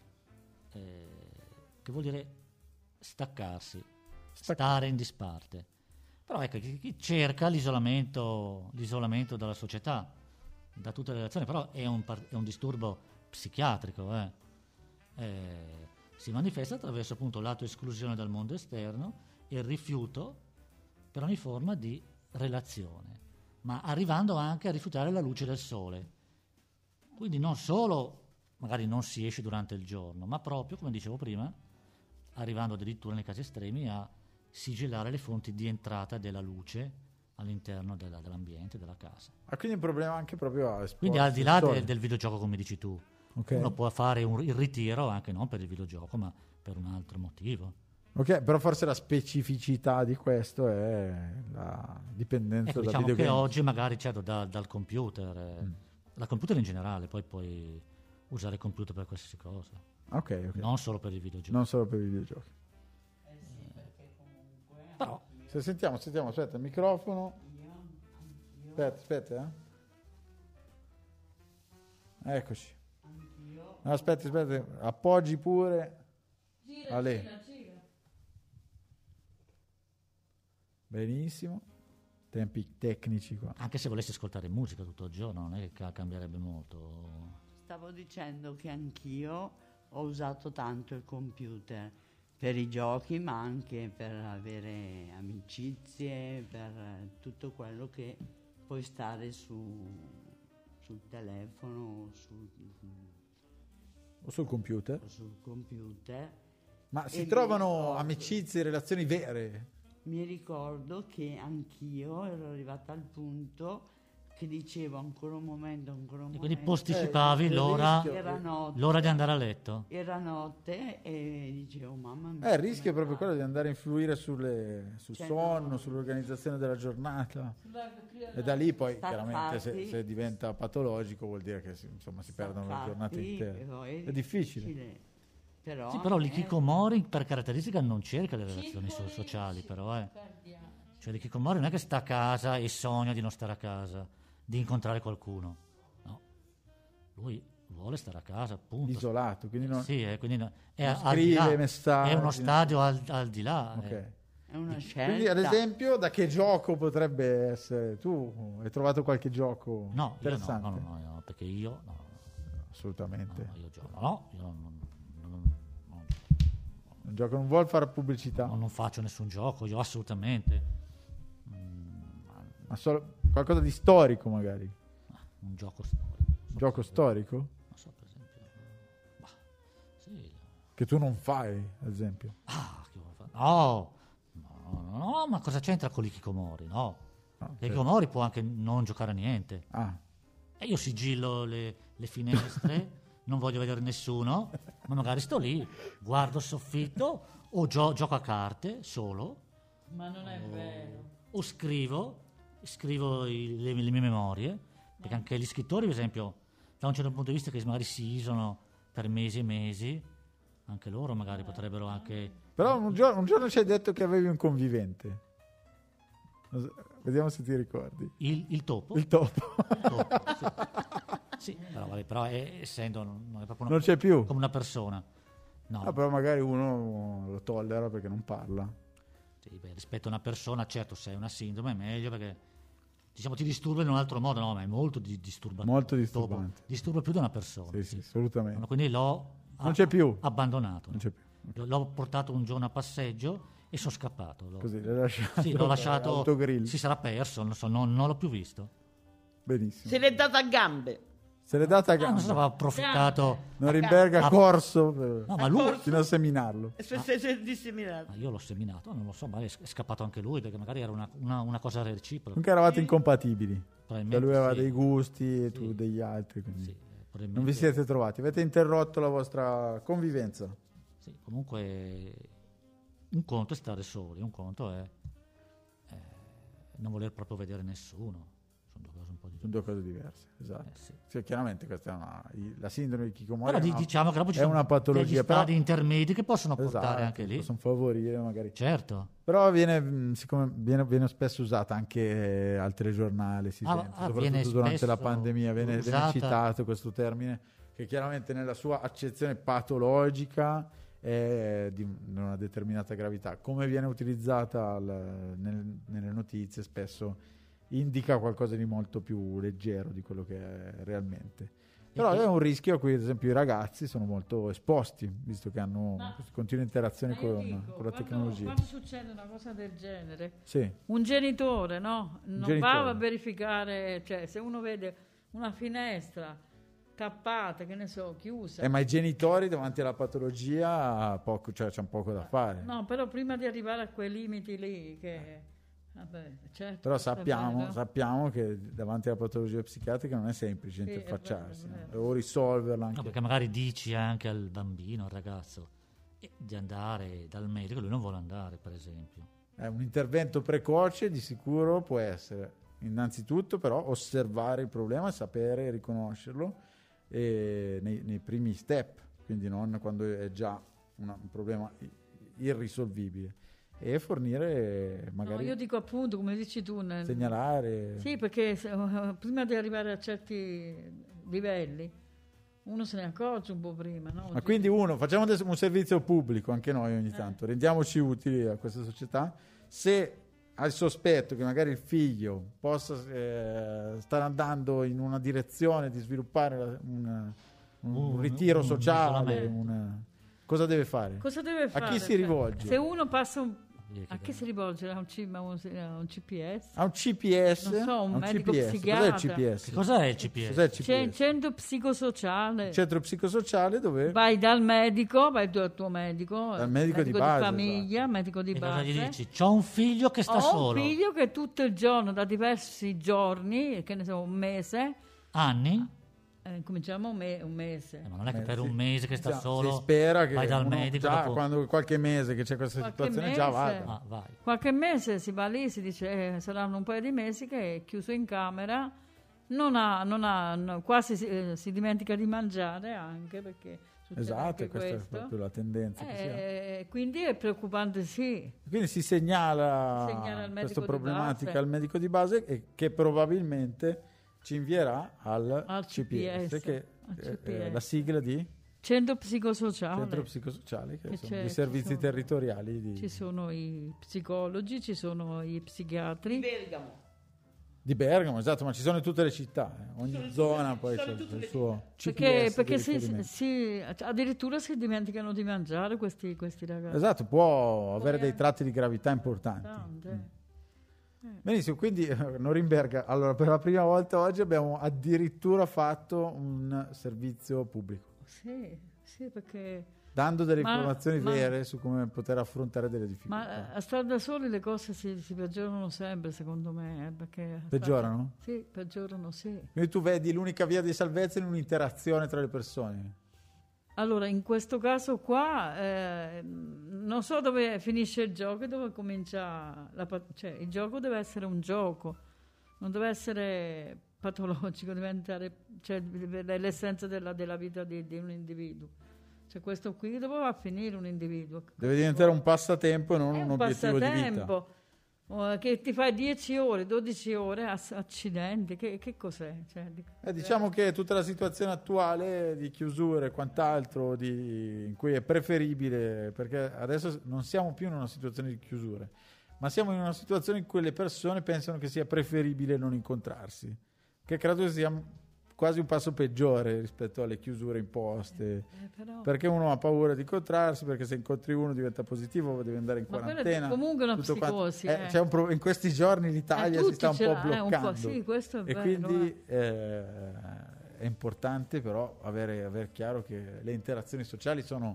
B: che vuol dire staccarsi, stare in disparte. Però ecco, chi cerca l'isolamento dalla società, da tutte le relazioni, però è un disturbo psichiatrico. Si manifesta attraverso appunto l'autoesclusione dal mondo esterno e il rifiuto per ogni forma di relazione, ma arrivando anche a rifiutare la luce del sole. Quindi non solo magari non si esce durante il giorno, ma proprio, come dicevo prima, arrivando addirittura nei casi estremi a sigillare le fonti di entrata della luce all'interno dell'ambiente, della casa.
A: Ah, quindi è un problema anche proprio a esporsi
B: Quindi al di là
A: al sole.
B: del videogioco, come dici tu,
A: Ok.
B: uno può fare il ritiro anche non per il videogioco, ma per un altro motivo.
A: Ok, però forse la specificità di questo è la dipendenza
B: Ecco,
A: da
B: diciamo che
A: videogame.
B: oggi magari certo dal computer, dal computer in generale, poi puoi usare il computer per qualsiasi cosa,
A: Ok.
B: non solo per il videogioco.
A: Non solo per i videogiochi.
B: Però
A: Se sentiamo, aspetta, il microfono. Aspetta. Eccoci. No, aspetta, appoggi pure. Ale. Benissimo. Tempi tecnici qua.
B: anche se volessi ascoltare musica tutto il giorno non è che cambierebbe molto.
E: Stavo dicendo che anch'io ho usato tanto il computer per i giochi, ma anche per avere amicizie, per tutto quello che puoi stare sul telefono
A: O sul computer.
E: o sul computer.
A: Ma si
E: E
A: trovano
E: mi ricordo-
A: amicizie, relazioni vere?
E: Mi ricordo che anch'io ero arrivata al punto che dicevo ancora un momento,
B: E quindi posticipavi l'ora di andare a letto?
E: Era notte e dicevo mamma mia.
A: Il rischio è proprio quello di andare a influire sul sonno, sull'organizzazione della giornata. E da lì poi chiaramente se diventa patologico vuol dire che si perdono le giornate intere. È difficile.
B: Però l'Hikikomori per caratteristica non cerca le relazioni sociali, però cioè l'Hikikomori non è che sta a casa e sogna di non stare a casa, di incontrare qualcuno, no, lui vuole stare a casa, appunto,
A: isolato, quindi non
B: quindi è
A: al di là, messaggi,
B: è uno stadio al di là.
A: Okay.
E: È una scelta.
A: Quindi ad esempio da che gioco potrebbe essere? Tu hai trovato qualche gioco interessante?
B: No, perché io
A: assolutamente
B: io gioco,
A: un gioco, non vuol fare pubblicità?
B: Non faccio nessun gioco, io assolutamente.
A: Ma solo qualcosa di storico magari?
B: Un gioco storico.
A: Un gioco storico?
B: Non so, per esempio. Sì.
A: Che tu non fai, ad esempio?
B: Che vuoi fare? No, ma cosa c'entra con l'Hikikomori? No. L'Hikikomori può anche non giocare a niente. E io sigillo le finestre, non voglio vedere nessuno, ma magari sto lì, guardo il soffitto o gioco a carte solo.
C: Ma non è vero.
B: O scrivo le mie memorie, perché anche gli scrittori, per esempio, da un certo punto di vista, che magari si isolano per mesi e mesi, anche loro magari potrebbero anche...
A: Però un giorno ci hai detto che avevi un convivente. Vediamo se ti ricordi.
B: Il topo?
A: Il topo,
B: sì. Però essendo non è proprio
A: non c'è più
B: come una persona. No.
A: Però magari uno lo tollera perché non parla.
B: Sì, rispetto a una persona, certo, se è una sindrome è meglio perché ti disturba in un altro modo, no, ma è molto disturbante.
A: Molto disturbante.
B: Disturba più di una persona.
A: Sì, assolutamente.
B: Quindi l'ho
A: non c'è più.
B: Abbandonato.
A: Non c'è più. Okay.
B: L'ho portato un giorno a passeggio e sono scappato.
A: Così l'hai lasciato?
B: Sì, l'ho lasciato.
A: Autogrill.
B: Si sarà perso, non l'ho più visto.
A: Benissimo.
D: Se l'è data a gambe.
A: Se l'è data a gambe.
B: Non so se aveva approfittato.
A: Norimberga corso
B: ma lui
A: fino a seminarlo.
D: Disseminato.
B: Io l'ho seminato, non lo so, ma è scappato anche lui perché magari era una cosa reciproca.
A: Comunque eravate incompatibili. Lui aveva dei gusti e tu degli altri. Quindi non vi siete trovati. Avete interrotto la vostra convivenza.
B: Sì, comunque un conto è stare soli, un conto è non voler proprio vedere nessuno.
A: Sono due cose diverse, esatto.
B: Sì.
A: Cioè, chiaramente questa la sindrome di Hikikomori
B: diciamo che dopo ci
A: è una patologia,
B: degli stadi intermedi che possono portare anche lì.
A: Possono favorire magari.
B: Certo.
A: Però siccome viene spesso usata anche al telegiornale, si sente, soprattutto durante la pandemia, viene citato questo termine, che chiaramente nella sua accezione patologica è di una determinata gravità. Come viene utilizzata nelle notizie spesso indica qualcosa di molto più leggero di quello che è realmente. Però è un rischio a cui ad esempio i ragazzi sono molto esposti, visto che hanno continue interazioni con la tecnologia.
C: Quando succede una cosa del genere,
A: sì.
C: Un genitore va a verificare, cioè se uno vede una finestra tappata, che ne so, chiusa.
A: Ma i genitori davanti alla patologia c'è un poco da fare.
C: No, però prima di arrivare a quei limiti lì che... certo,
A: però sappiamo che davanti alla patologia psichiatrica non è semplice interfacciarsi, o risolverla anche.
B: No, perché magari dici anche al bambino, al ragazzo di andare dal medico, lui non vuole andare, per esempio.
A: Un intervento precoce di sicuro può essere innanzitutto però osservare il problema, sapere riconoscerlo nei primi step, quindi non quando è già un problema irrisolvibile. E fornire magari...
C: No, io dico appunto, come dici tu...
A: segnalare...
C: Sì, perché prima di arrivare a certi livelli uno se ne accorge un po' prima, no?
A: Ma quindi facciamo un servizio pubblico, anche noi ogni tanto, rendiamoci utili a questa società. Se hai il sospetto che magari il figlio possa stare andando in una direzione di sviluppare un ritiro sociale, cosa deve fare?
C: Cosa deve fare?
A: A chi si rivolge?
C: Se uno passa A chi si rivolge? A un CPS?
A: A un CPS?
C: Non so, un medico
A: CPS.
C: psichiatra.
A: Cos'è il CPS?
B: Cos'è il CPS?
A: Cos'è il CPS?
C: C'è il centro psicosociale.
A: Centro psicosociale dove?
C: Vai dal medico, vai dal tuo medico,
A: dal medico di base,
C: famiglia,
A: esatto.
C: medico di
B: E
C: base.
B: cosa gli dici? C'ho un figlio che sta solo.
C: Ho un figlio che tutto il giorno, da diversi giorni, che ne so, un mese.
B: Anni?
C: Cominciamo un mese.
B: Ma non è che per un mese che sta
A: Si
B: solo
A: spera che
B: vai dal medico
A: già
B: dopo...
A: quando qualche mese che c'è questa situazione già vada.
B: Vai.
C: Qualche mese si va lì, si dice saranno un paio di mesi che è chiuso in camera, quasi si dimentica di mangiare anche perché
A: esatto, questa è proprio la tendenza
C: quindi è preoccupante, sì.
A: Quindi si segnala questa problematica al medico di base e che probabilmente ci invierà al CPS, che è la sigla di
C: Centro Psicosociale.
A: Centro Psicosociale, che sono i servizi territoriali
C: ci sono i psicologi, ci sono i psichiatri.
A: Di Bergamo, esatto, ma ci sono in tutte le città, ogni zona poi c'è il suo CPS.
C: Perché addirittura si dimenticano di mangiare questi ragazzi.
A: Esatto, può avere dei tratti di gravità importanti. Benissimo, quindi Norimberga, allora per la prima volta oggi abbiamo addirittura fatto un servizio pubblico.
C: Sì, perché...
A: Dando delle informazioni vere su come poter affrontare delle difficoltà.
C: Ma a stare da soli le cose si peggiorano sempre, secondo me. Perché
A: peggiorano?
C: Sì, peggiorano, sì.
A: Quindi tu vedi l'unica via di salvezza in un'interazione tra le persone?
C: Allora, in questo caso qua, non so dove finisce il gioco e dove comincia il gioco deve essere un gioco, non deve essere patologico, deve l'essenza della vita di un individuo. Cioè questo qui dove va a finire un individuo?
A: Deve diventare un passatempo e non un obiettivo di vita.
C: Che ti fai 10 ore, 12 ore, accidenti, che cos'è?
A: Diciamo che tutta la situazione attuale di chiusure e quant'altro in cui è preferibile, perché adesso non siamo più in una situazione di chiusure, ma siamo in una situazione in cui le persone pensano che sia preferibile non incontrarsi, che credo sia quasi un passo peggiore rispetto alle chiusure imposte, perché uno ha paura di incontrarsi, perché se incontri uno diventa positivo, deve andare in quarantena.
C: È comunque una psicosi.
A: In questi giorni l'Italia si sta un po' bloccando,
C: sì, questo è
A: e
C: vero,
A: quindi è importante però avere chiaro che le interazioni sociali sono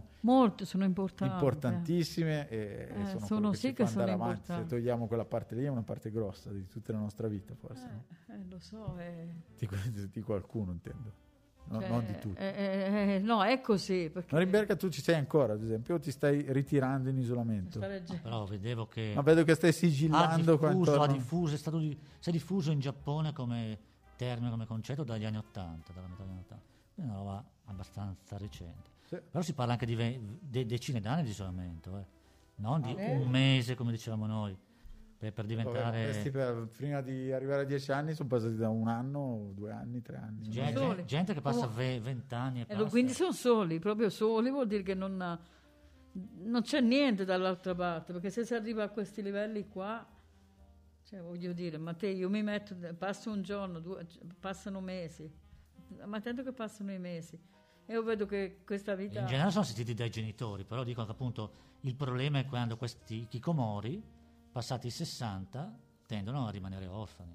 A: importantissime e sono quello che ci fa andare avanti. Se togliamo quella parte lì è una parte grossa di tutta la nostra vita, forse.
C: Lo so.
A: Di qualcuno, intendo. Non di tutti.
C: No, è così.
A: Norimberga, tu ci sei ancora, ad esempio, o ti stai ritirando in isolamento?
B: Però vedevo che...
A: Ma vedo che stai sigillando
B: si è diffuso in Giappone come termine, come concetto dagli anni 80, dalla metà degli anni 80. Quindi è una roba abbastanza recente. Sì. Però si parla anche di decine d'anni di isolamento, non di un mese, come dicevamo noi. Per diventare
A: prima di arrivare a 10 anni sono passati da 1 anno, 2 anni, 3 anni.
B: Gente che passa 20 anni e
C: quindi sono soli, proprio soli, vuol dire che non c'è niente dall'altra parte, perché se si arriva a questi livelli qua, voglio dire, Matteo, io mi metto, passo un giorno, passano mesi, ma attento che passano i mesi e io vedo che questa vita...
B: In generale sono assistiti dai genitori, però dicono che appunto il problema è quando questi hikikomori passati i 60 tendono a rimanere orfani.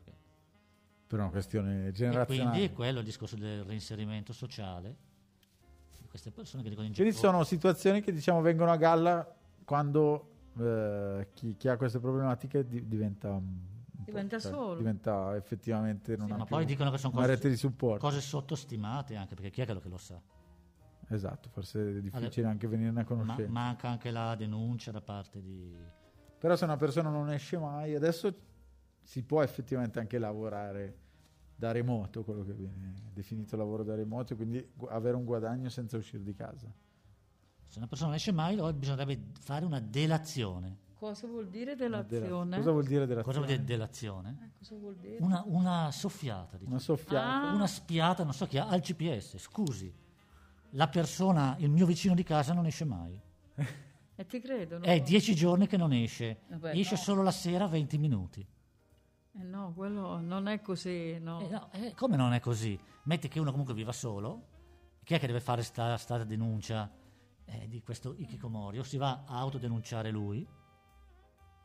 A: Per una questione generazionale.
B: E quindi è quello il discorso del reinserimento sociale di queste persone che dicono in
A: Quindi sono situazioni che vengono a galla quando chi ha queste problematiche diventa
C: solo.
A: Diventa effettivamente non ha
B: ma
A: più
B: poi dicono che sono
A: rete di supporto.
B: Cose sottostimate anche, perché chi è quello che lo sa?
A: Esatto, forse è difficile anche venirne a conoscenza.
B: Manca anche la denuncia da parte di...
A: Però se una persona non esce mai, adesso si può effettivamente anche lavorare da remoto, quello che viene definito lavoro da remoto, quindi avere un guadagno senza uscire di casa.
B: Se una persona non esce mai, bisognerebbe fare una delazione.
C: Cosa vuol dire delazione?
A: Cosa vuol dire delazione?
B: Cosa vuol dire delazione?
C: Cosa vuol dire?
B: Una soffiata. Diciamo.
A: Una soffiata?
B: Una spiata, non so chi ha, al CPS. Scusi, la persona, il mio vicino di casa non esce mai.
C: E ti credo.
B: È 10 giorni che non esce. Esce solo la sera 20 minuti.
C: No, quello non è così. No.
B: Come non è così? Metti che uno comunque viva solo. Chi è che deve fare sta denuncia di questo hikikomori? O si va a autodenunciare lui,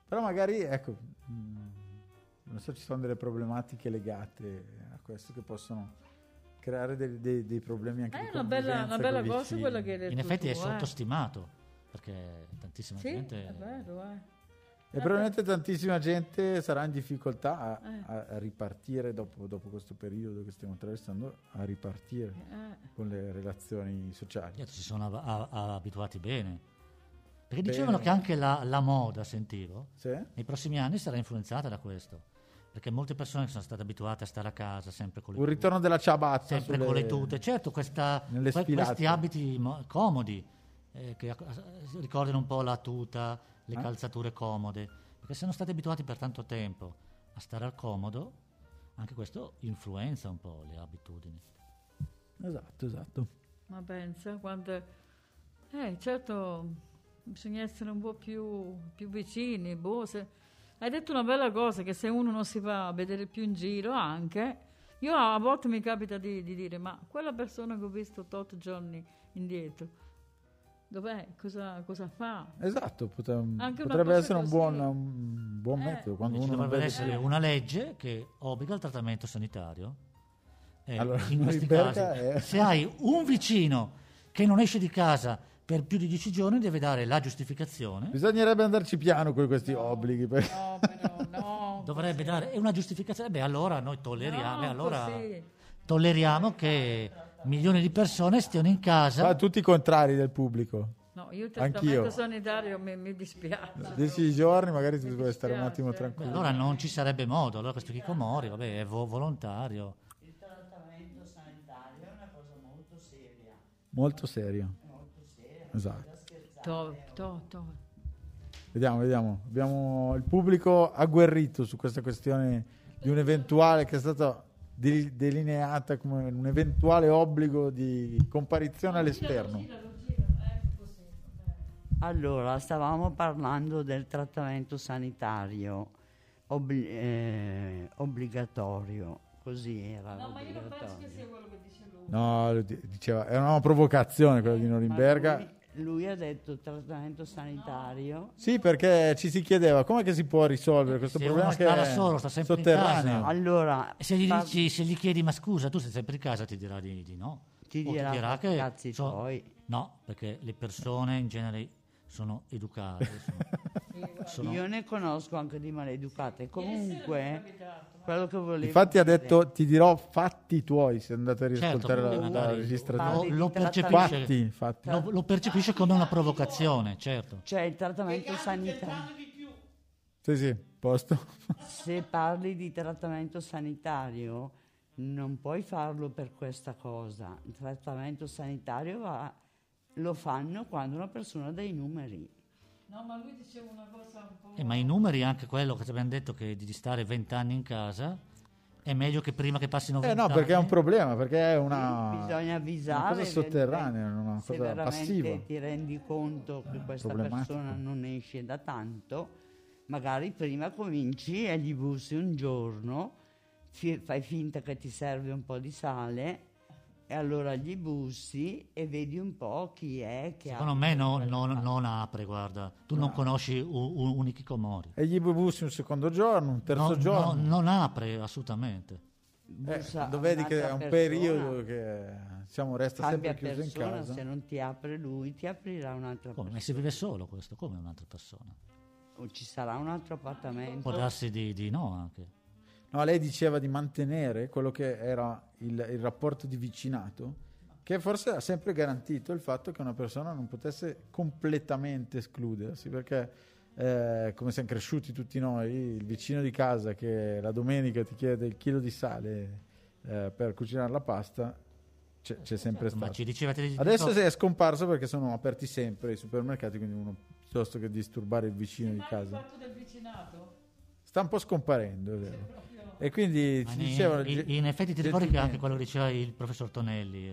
A: Però magari, ecco, non so, ci sono delle problematiche legate a questo che possono creare dei problemi anche di convivenza.
C: Una bella cosa quella che hai detto.
B: In effetti
C: tu,
B: è sottostimato, perché tantissima gente...
C: è vero,
A: E probabilmente tantissima gente sarà in difficoltà a ripartire dopo questo periodo che stiamo attraversando, a ripartire con le relazioni sociali.
B: Si sono abituati bene. Perché dicevano che anche la moda, sentivo, nei prossimi anni sarà influenzata da questo. Perché molte persone sono state abituate a stare a casa sempre con le tute.
A: Un ritorno della ciabatta.
B: Sempre con le tute. Certo, questi abiti comodi che ricordano un po' la tuta, le calzature comode. Perché sono stati abituati per tanto tempo a stare al comodo, anche questo influenza un po' le abitudini.
A: Esatto.
C: Ma pensa, quando... certo... Bisogna essere un po' più vicini. Hai detto una bella cosa, che se uno non si va a vedere più in giro anche, io a volte mi capita di dire, ma quella persona che ho visto 8 giorni indietro, dov'è? Cosa fa?
A: Esatto, potrebbe essere un buon metodo. Quando uno
B: dovrebbe essere una legge che obbliga il trattamento sanitario.
A: Allora,
B: in questi casi, se hai un vicino che non esce di casa per più di 10 giorni, deve dare la giustificazione.
A: Bisognerebbe andarci piano con questi obblighi.
C: No,
B: dovrebbe dare una giustificazione. Allora noi tolleriamo che milioni di persone stiano in casa.
A: Tutti i contrari del pubblico.
C: No, io il trattamento sanitario mi dispiace.
A: 10 giorni magari tu puoi stare un attimo tranquillo.
B: Allora non ci sarebbe modo. Allora questo Hikikomori, è volontario.
E: Il trattamento sanitario è una cosa molto seria.
A: Molto serio. Esatto. Vediamo. Abbiamo il pubblico agguerrito su questa questione di un eventuale, che è stata delineata come un eventuale obbligo di comparizione all'esterno.
E: Allora, stavamo parlando del trattamento sanitario obbligatorio, così era.
C: No, ma io non penso che sia quello che dice lui.
A: No, diceva, era una provocazione quella di Norimberga.
E: Lui ha detto trattamento sanitario.
A: Sì, perché ci si chiedeva com'è che si può risolvere questo problema che è
B: sta sempre
A: sotterraneo.
B: In casa.
E: Allora,
B: se gli chiedi, ma scusa, tu sei sempre in casa, ti dirà di no.
E: Ti dirà che cazzi tuoi.
B: No, perché le persone in genere sono educate.
E: Io ne conosco anche di maleducate. Comunque, quello che volevo
A: infatti ha detto, ti dirò fatti tuoi, se andate a riascoltare la registrazione.
B: Lo percepisce come una provocazione, certo.
E: Cioè il trattamento sanitario.
A: Sì, posto.
E: Se parli di trattamento sanitario, non puoi farlo per questa cosa. Il trattamento sanitario lo fanno quando una persona ha dei numeri.
C: No, ma lui diceva una cosa un po'...
B: ma i numeri, anche quello che ti abbiamo detto, che di stare 20 anni in casa è meglio che prima che passino 20 anni.
A: No, perché è un problema, perché è
E: bisogna avvisare,
A: una cosa sotterranea, una
E: se
A: cosa passiva.
E: Se ti rendi conto che questa persona non esce da tanto, magari prima cominci e gli bussi un giorno, fai finta che ti serve un po' di sale, e allora gli bussi e vedi un po' chi è che
B: secondo me non apre, guarda, tu non conosci un Hikikomori,
A: e gli bussi un secondo giorno, un terzo giorno
B: non apre assolutamente.
A: Lo vedi che è un periodo che resta sempre chiuso in casa.
E: Se non ti apre lui, ti aprirà un'altra persona.
B: Ma si vive solo questo, come un'altra persona,
E: o ci sarà un altro appartamento,
B: può darsi di no anche.
A: No, lei diceva di mantenere quello che era il rapporto di vicinato, che forse ha sempre garantito il fatto che una persona non potesse completamente escludersi, perché come siamo cresciuti tutti noi, il vicino di casa che la domenica ti chiede il chilo di sale per cucinare la pasta c'è sempre stato.
B: Ma ci diceva
A: adesso è scomparso perché sono aperti sempre i supermercati, quindi uno, piuttosto che disturbare il vicino di casa,
C: il fatto del vicinato
A: sta un po' scomparendo, è vero. E quindi ci dicevano
B: in effetti ti ricordi che anche quello che diceva il professor Tonelli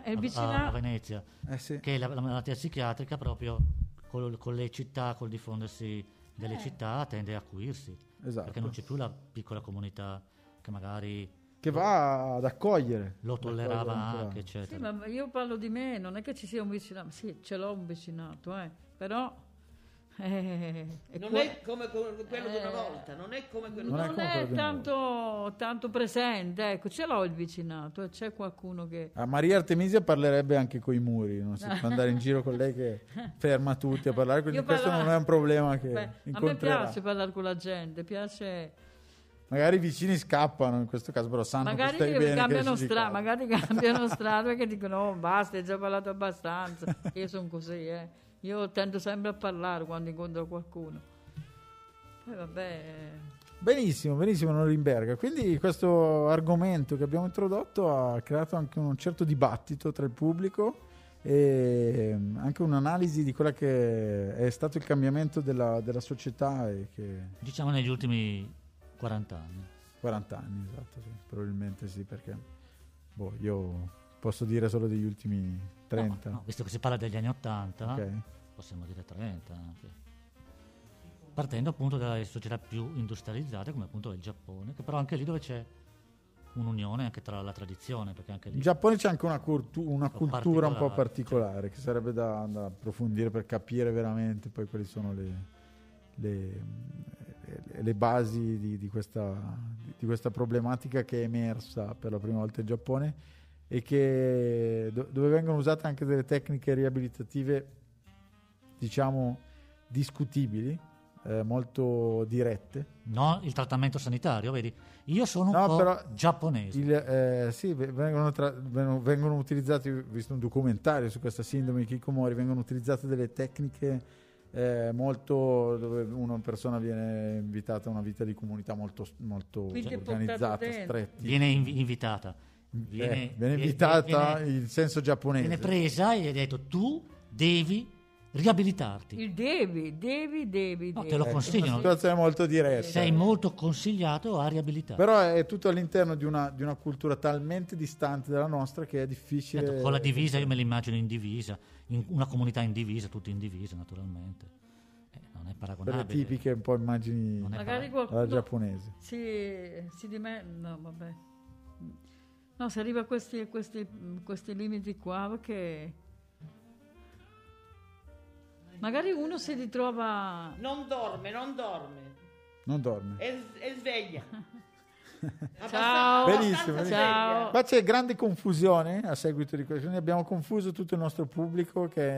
B: a Venezia,
A: sì.
B: che la malattia psichiatrica proprio con le città, col diffondersi delle città tende a acuirsi,
A: esatto.
B: Perché non c'è più la piccola comunità che magari
A: va ad accogliere,
B: lo tollerava anche, eccetera.
C: Sì, ma io parlo di me, non è che ci sia un vicinato, sì, ce l'ho un vicinato, però
D: Non è come quello di una volta, non è come quello di una volta.
C: Non è tanto presente, ecco, ce l'ho il vicinato, c'è qualcuno che...
A: A Maria Artemisia parlerebbe anche coi muri, non si può andare in giro con lei che ferma tutti a parlare, quindi questo non è un problema che incontrerà.
C: A me piace parlare con la gente, piace...
A: Magari i vicini scappano in questo caso, però sanno
C: magari
A: che stai bene.
C: Magari cambiano strada perché dicono no, basta, hai già parlato abbastanza. Io sono così, Io tendo sempre a parlare quando incontro qualcuno. E vabbè.
A: Benissimo, Norimberga. Quindi questo argomento che abbiamo introdotto ha creato anche un certo dibattito tra il pubblico e anche un'analisi di quella che è stato il cambiamento della società e che...
B: Diciamo negli ultimi 40 anni.
A: 40 anni, esatto, sì. Probabilmente sì, perché io posso dire solo degli ultimi 30.
B: No, visto che si parla degli anni 80,
A: okay.
B: Possiamo dire 30 anche. Partendo appunto dalle società più industrializzate come appunto il Giappone, che però anche lì dove c'è un'unione anche tra la tradizione, perché anche lì
A: in Giappone c'è anche una cultura un po' particolare, che sarebbe da approfondire per capire veramente poi quali sono le basi di questa problematica che è emersa per la prima volta in Giappone e che dove vengono usate anche delle tecniche riabilitative, diciamo, discutibili, molto dirette.
B: No, il trattamento sanitario, vedi? Io sono un po' giapponese.
A: Sì, vengono utilizzati, ho visto un documentario su questa sindrome di Hikikomori, vengono utilizzate delle tecniche molto, dove una persona viene invitata a una vita di comunità molto organizzata, stretta.
B: Viene invitata.
A: Viene invitata in senso giapponese.
B: Viene presa e gli hai detto tu devi riabilitarti.
C: Il devi.
B: No, te lo consiglio.
A: È una situazione molto diretta.
B: Sei molto consigliato a riabilitarti.
A: Però è tutto all'interno di una cultura talmente distante dalla nostra che è difficile.
B: Certo, con la divisa io me l'immagino in divisa, in una comunità in divisa, tutti in divisa naturalmente. Non è paragonabile.
A: Per le tipiche un po' immagini
C: magari
A: alla giapponese.
C: No, vabbè. No, si arriva a questi limiti qua perché magari uno si ritrova...
D: Non dorme. È sveglia.
C: Ciao.
A: Benissimo.
C: Ciao.
A: Ma c'è grande confusione a seguito di questo. Quindi abbiamo confuso tutto il nostro pubblico che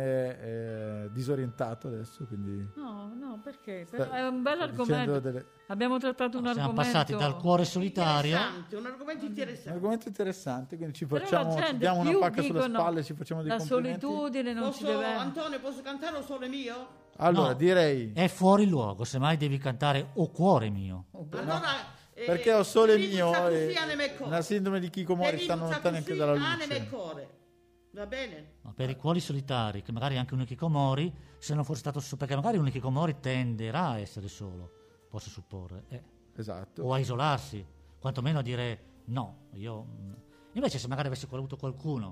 A: è disorientato adesso. Quindi
C: no, perché? È un bel argomento. Abbiamo trattato un argomento.
B: Siamo passati dal cuore solitario.
D: Un argomento interessante.
A: Un argomento interessante, quindi ci diamo una pacca sulla spalla e ci facciamo dei complimenti.
C: La solitudine non ci deve...
D: Antonio, posso cantare O Sole Mio?
A: Allora, direi...
B: È fuori luogo, semmai devi cantare O Cuore Mio.
D: Allora...
A: perché O Sole Mio e la sindrome di Hikikomori stanno lontani anche dalla luce.
D: Va bene?
B: Ma per i cuori solitari, che magari anche un Hikikomori, se non fosse stato perché magari un Hikikomori tenderà a essere solo, posso supporre.
A: Esatto.
B: O a isolarsi, quantomeno a dire no. Invece se magari avessi avuto qualcuno,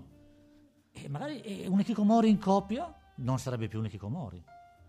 B: e magari un Hikikomori in coppia, non sarebbe più un Hikikomori.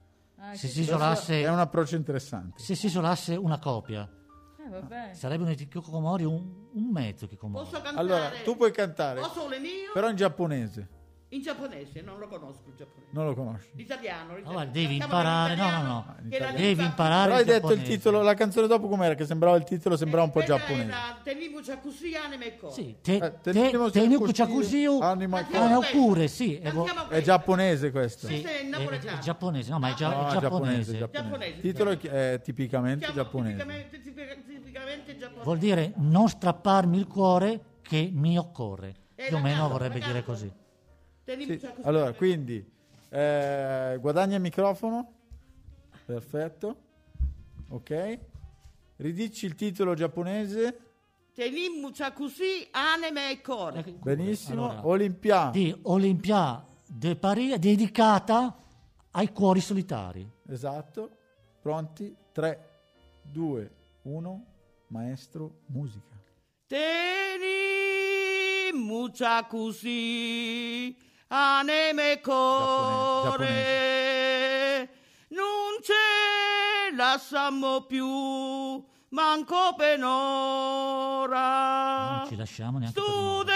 B: Se si isolasse...
A: È un approccio interessante.
B: Se si isolasse una coppia,
C: vabbè.
B: sarebbe un Hikikomori, un mezzo Hikikomori.
D: Posso cantare?
A: Allora, tu puoi cantare,
D: O Sole Mio?
A: però in giapponese.
D: In giapponese, non lo conosco il giapponese.
A: Non lo conosci?
D: L'italiano.
B: Devi imparare, no. Devi imparare.
A: Però hai detto il titolo, la canzone dopo com'era? Che sembrava il titolo, sembrava un po' giapponese.
D: Tenimucha così anime e core.
B: Sì, Tenimucha così
A: anima
B: pure, sì.
A: È giapponese questo.
B: Sì,
D: è napoletano.
B: È giapponese, no, ma è giapponese.
A: Il titolo è tipicamente giapponese.
D: Tipicamente giapponese.
B: Vuol dire non strapparmi il cuore che mi occorre. Più o meno vorrebbe dire così.
A: Sì. Allora, quindi guadagna il microfono. Perfetto. Ok. Ridici il titolo giapponese.
D: Tenimucha così anime e core.
A: Benissimo.
B: Allora,
A: Olympia.
B: Di Olympia de Paris, dedicata ai cuori solitari.
A: Esatto. Pronti? 3, 2, 1. Maestro, musica.
D: Tenimucha così anime core, non ce la lasciamo più, manco per ora.
B: Non ci lasciamo neanche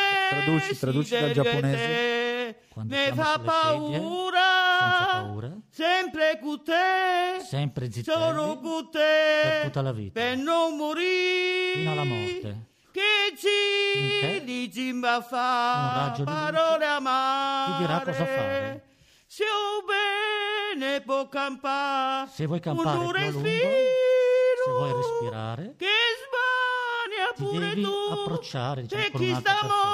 A: Traduci dal giapponese.
B: Quando
D: ne fa
B: paura. Senza paura.
D: sempre con te,
B: sempre Zitelli,
D: solo con te,
B: per tutta la vita,
D: per non morire,
B: fino alla morte.
D: Che ci dici in fa, parole amare,
B: ti dirà cosa fare.
D: Se ho bene può campare,
B: se vuoi campare più a lungo, se vuoi respirare,
D: che sbaglia
B: ti
D: pure
B: devi
D: tu,
B: approcciare, diciamo,
D: se
B: con
D: chi
B: un'altra
D: sta
B: persona.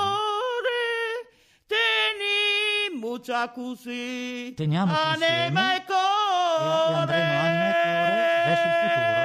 D: Muccia così,
B: Teniamoci insieme
D: anima e cuore,
B: e andremo anima e cuore verso il futuro.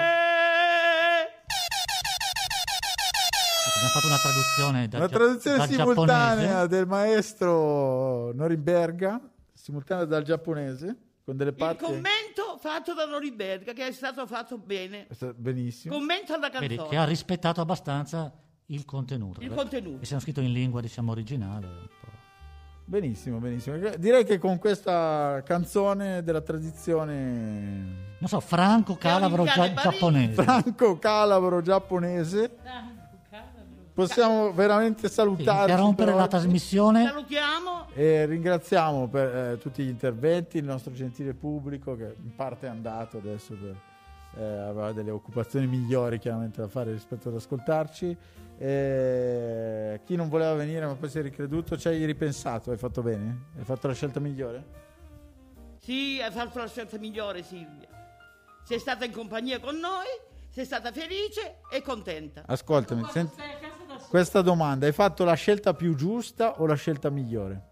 B: Abbiamo fatto una traduzione dal
A: simultanea
B: giapponese
A: del maestro Norimberga, simultanea dal giapponese, con delle parti.
D: Il commento fatto da Norimberga, che è stato fatto bene.
A: Benissimo.
D: Commento alla canzone.
B: Vedi, che ha rispettato abbastanza il contenuto.
D: Il contenuto.
B: E siamo scritto in lingua, diciamo, originale. Un po'.
A: Benissimo. Direi che con questa canzone della tradizione,
B: non so, franco-calabro giapponese.
A: Franco-calabro giapponese. Possiamo veramente salutarci.
B: Interrompere la trasmissione.
D: Salutiamo.
A: E ringraziamo per tutti gli interventi il nostro gentile pubblico, che in parte è andato adesso aveva delle occupazioni migliori chiaramente da fare rispetto ad ascoltarci. Chi non voleva venire ma poi si è ricreduto, ci hai ripensato, hai fatto bene? Hai fatto la scelta migliore?
D: Sì, hai fatto la scelta migliore, Silvia. Sei stata in compagnia con noi, sei stata felice e contenta.
A: Ascoltami, senti questa domanda: hai fatto la scelta più giusta o la scelta migliore?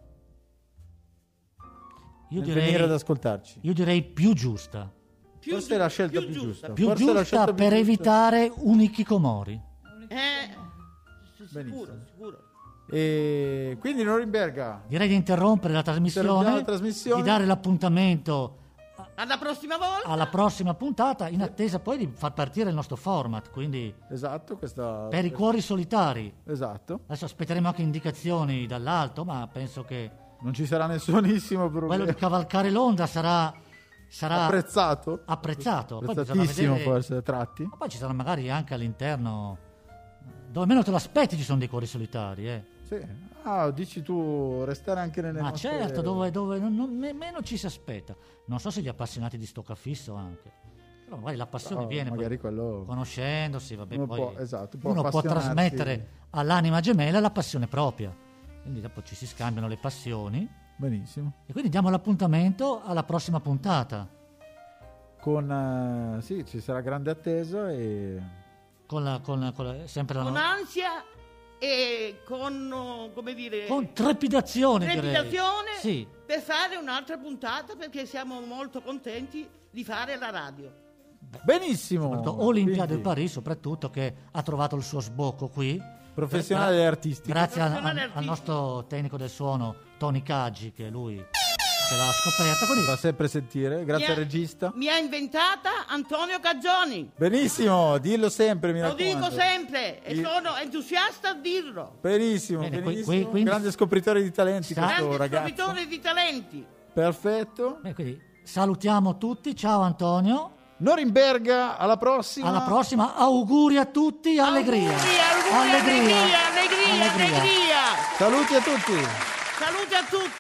B: Io direi,
A: venire ad ascoltarci.
B: Io direi più giusta.
A: Forse è la scelta più giusta.
B: Più giusta per evitare un hikikomori.
D: Sicuro.
A: E quindi Norimberga,
B: direi di interrompere la trasmissione, di dare l'appuntamento
D: alla prossima volta,
B: alla prossima puntata, in attesa poi di far partire il nostro format, quindi
A: esatto,
B: per i cuori solitari.
A: Esatto.
B: Adesso aspetteremo anche indicazioni dall'alto, ma penso che
A: non ci sarà nessunissimo problema.
B: Quello di cavalcare l'onda sarà
A: apprezzato.
B: Apprezzatissimo,
A: poi forse a tratti.
B: Ma poi ci sarà magari anche all'interno, dove meno te lo aspetti, ci sono dei cuori solitari,
A: Sì. Dici tu, restare anche nelle nostre...
B: Ma certo, dove meno ci si aspetta. Non so se gli appassionati di stoccafisso anche. Però magari la passione viene
A: magari
B: poi,
A: quello...
B: conoscendosi, vabbè,
A: uno
B: poi
A: può
B: può trasmettere all'anima gemella la passione propria. Quindi dopo ci si scambiano le passioni.
A: Benissimo.
B: E quindi diamo l'appuntamento alla prossima puntata.
A: Con ci sarà grande attesa e
B: sempre
D: con ansia e con
B: trepidazione
D: sì, per fare un'altra puntata, perché siamo molto contenti di fare la radio.
A: Benissimo.
B: Olimpiade di Parigi soprattutto, che ha trovato il suo sbocco qui,
A: professionale e artistico,
B: grazie al nostro tecnico del suono Tony Caggi, che lui ce l'ha scoperta, quindi
A: fa sempre sentire, grazie al regista.
D: Mi ha inventata Antonio Caggioni.
A: Benissimo, dillo sempre, mi
D: lo
A: raccomando.
D: dico sempre e sono entusiasta a dirlo.
A: Benissimo.
B: Quindi
A: grande scopritore di talenti, questo ragazzo.
D: Scopritore di talenti.
A: Perfetto.
B: Quindi salutiamo tutti, ciao Antonio.
A: Norimberga, alla prossima,
B: auguri a tutti, allegria.
D: Allegria.
A: Saluti a tutti.
D: Saluti a tutti.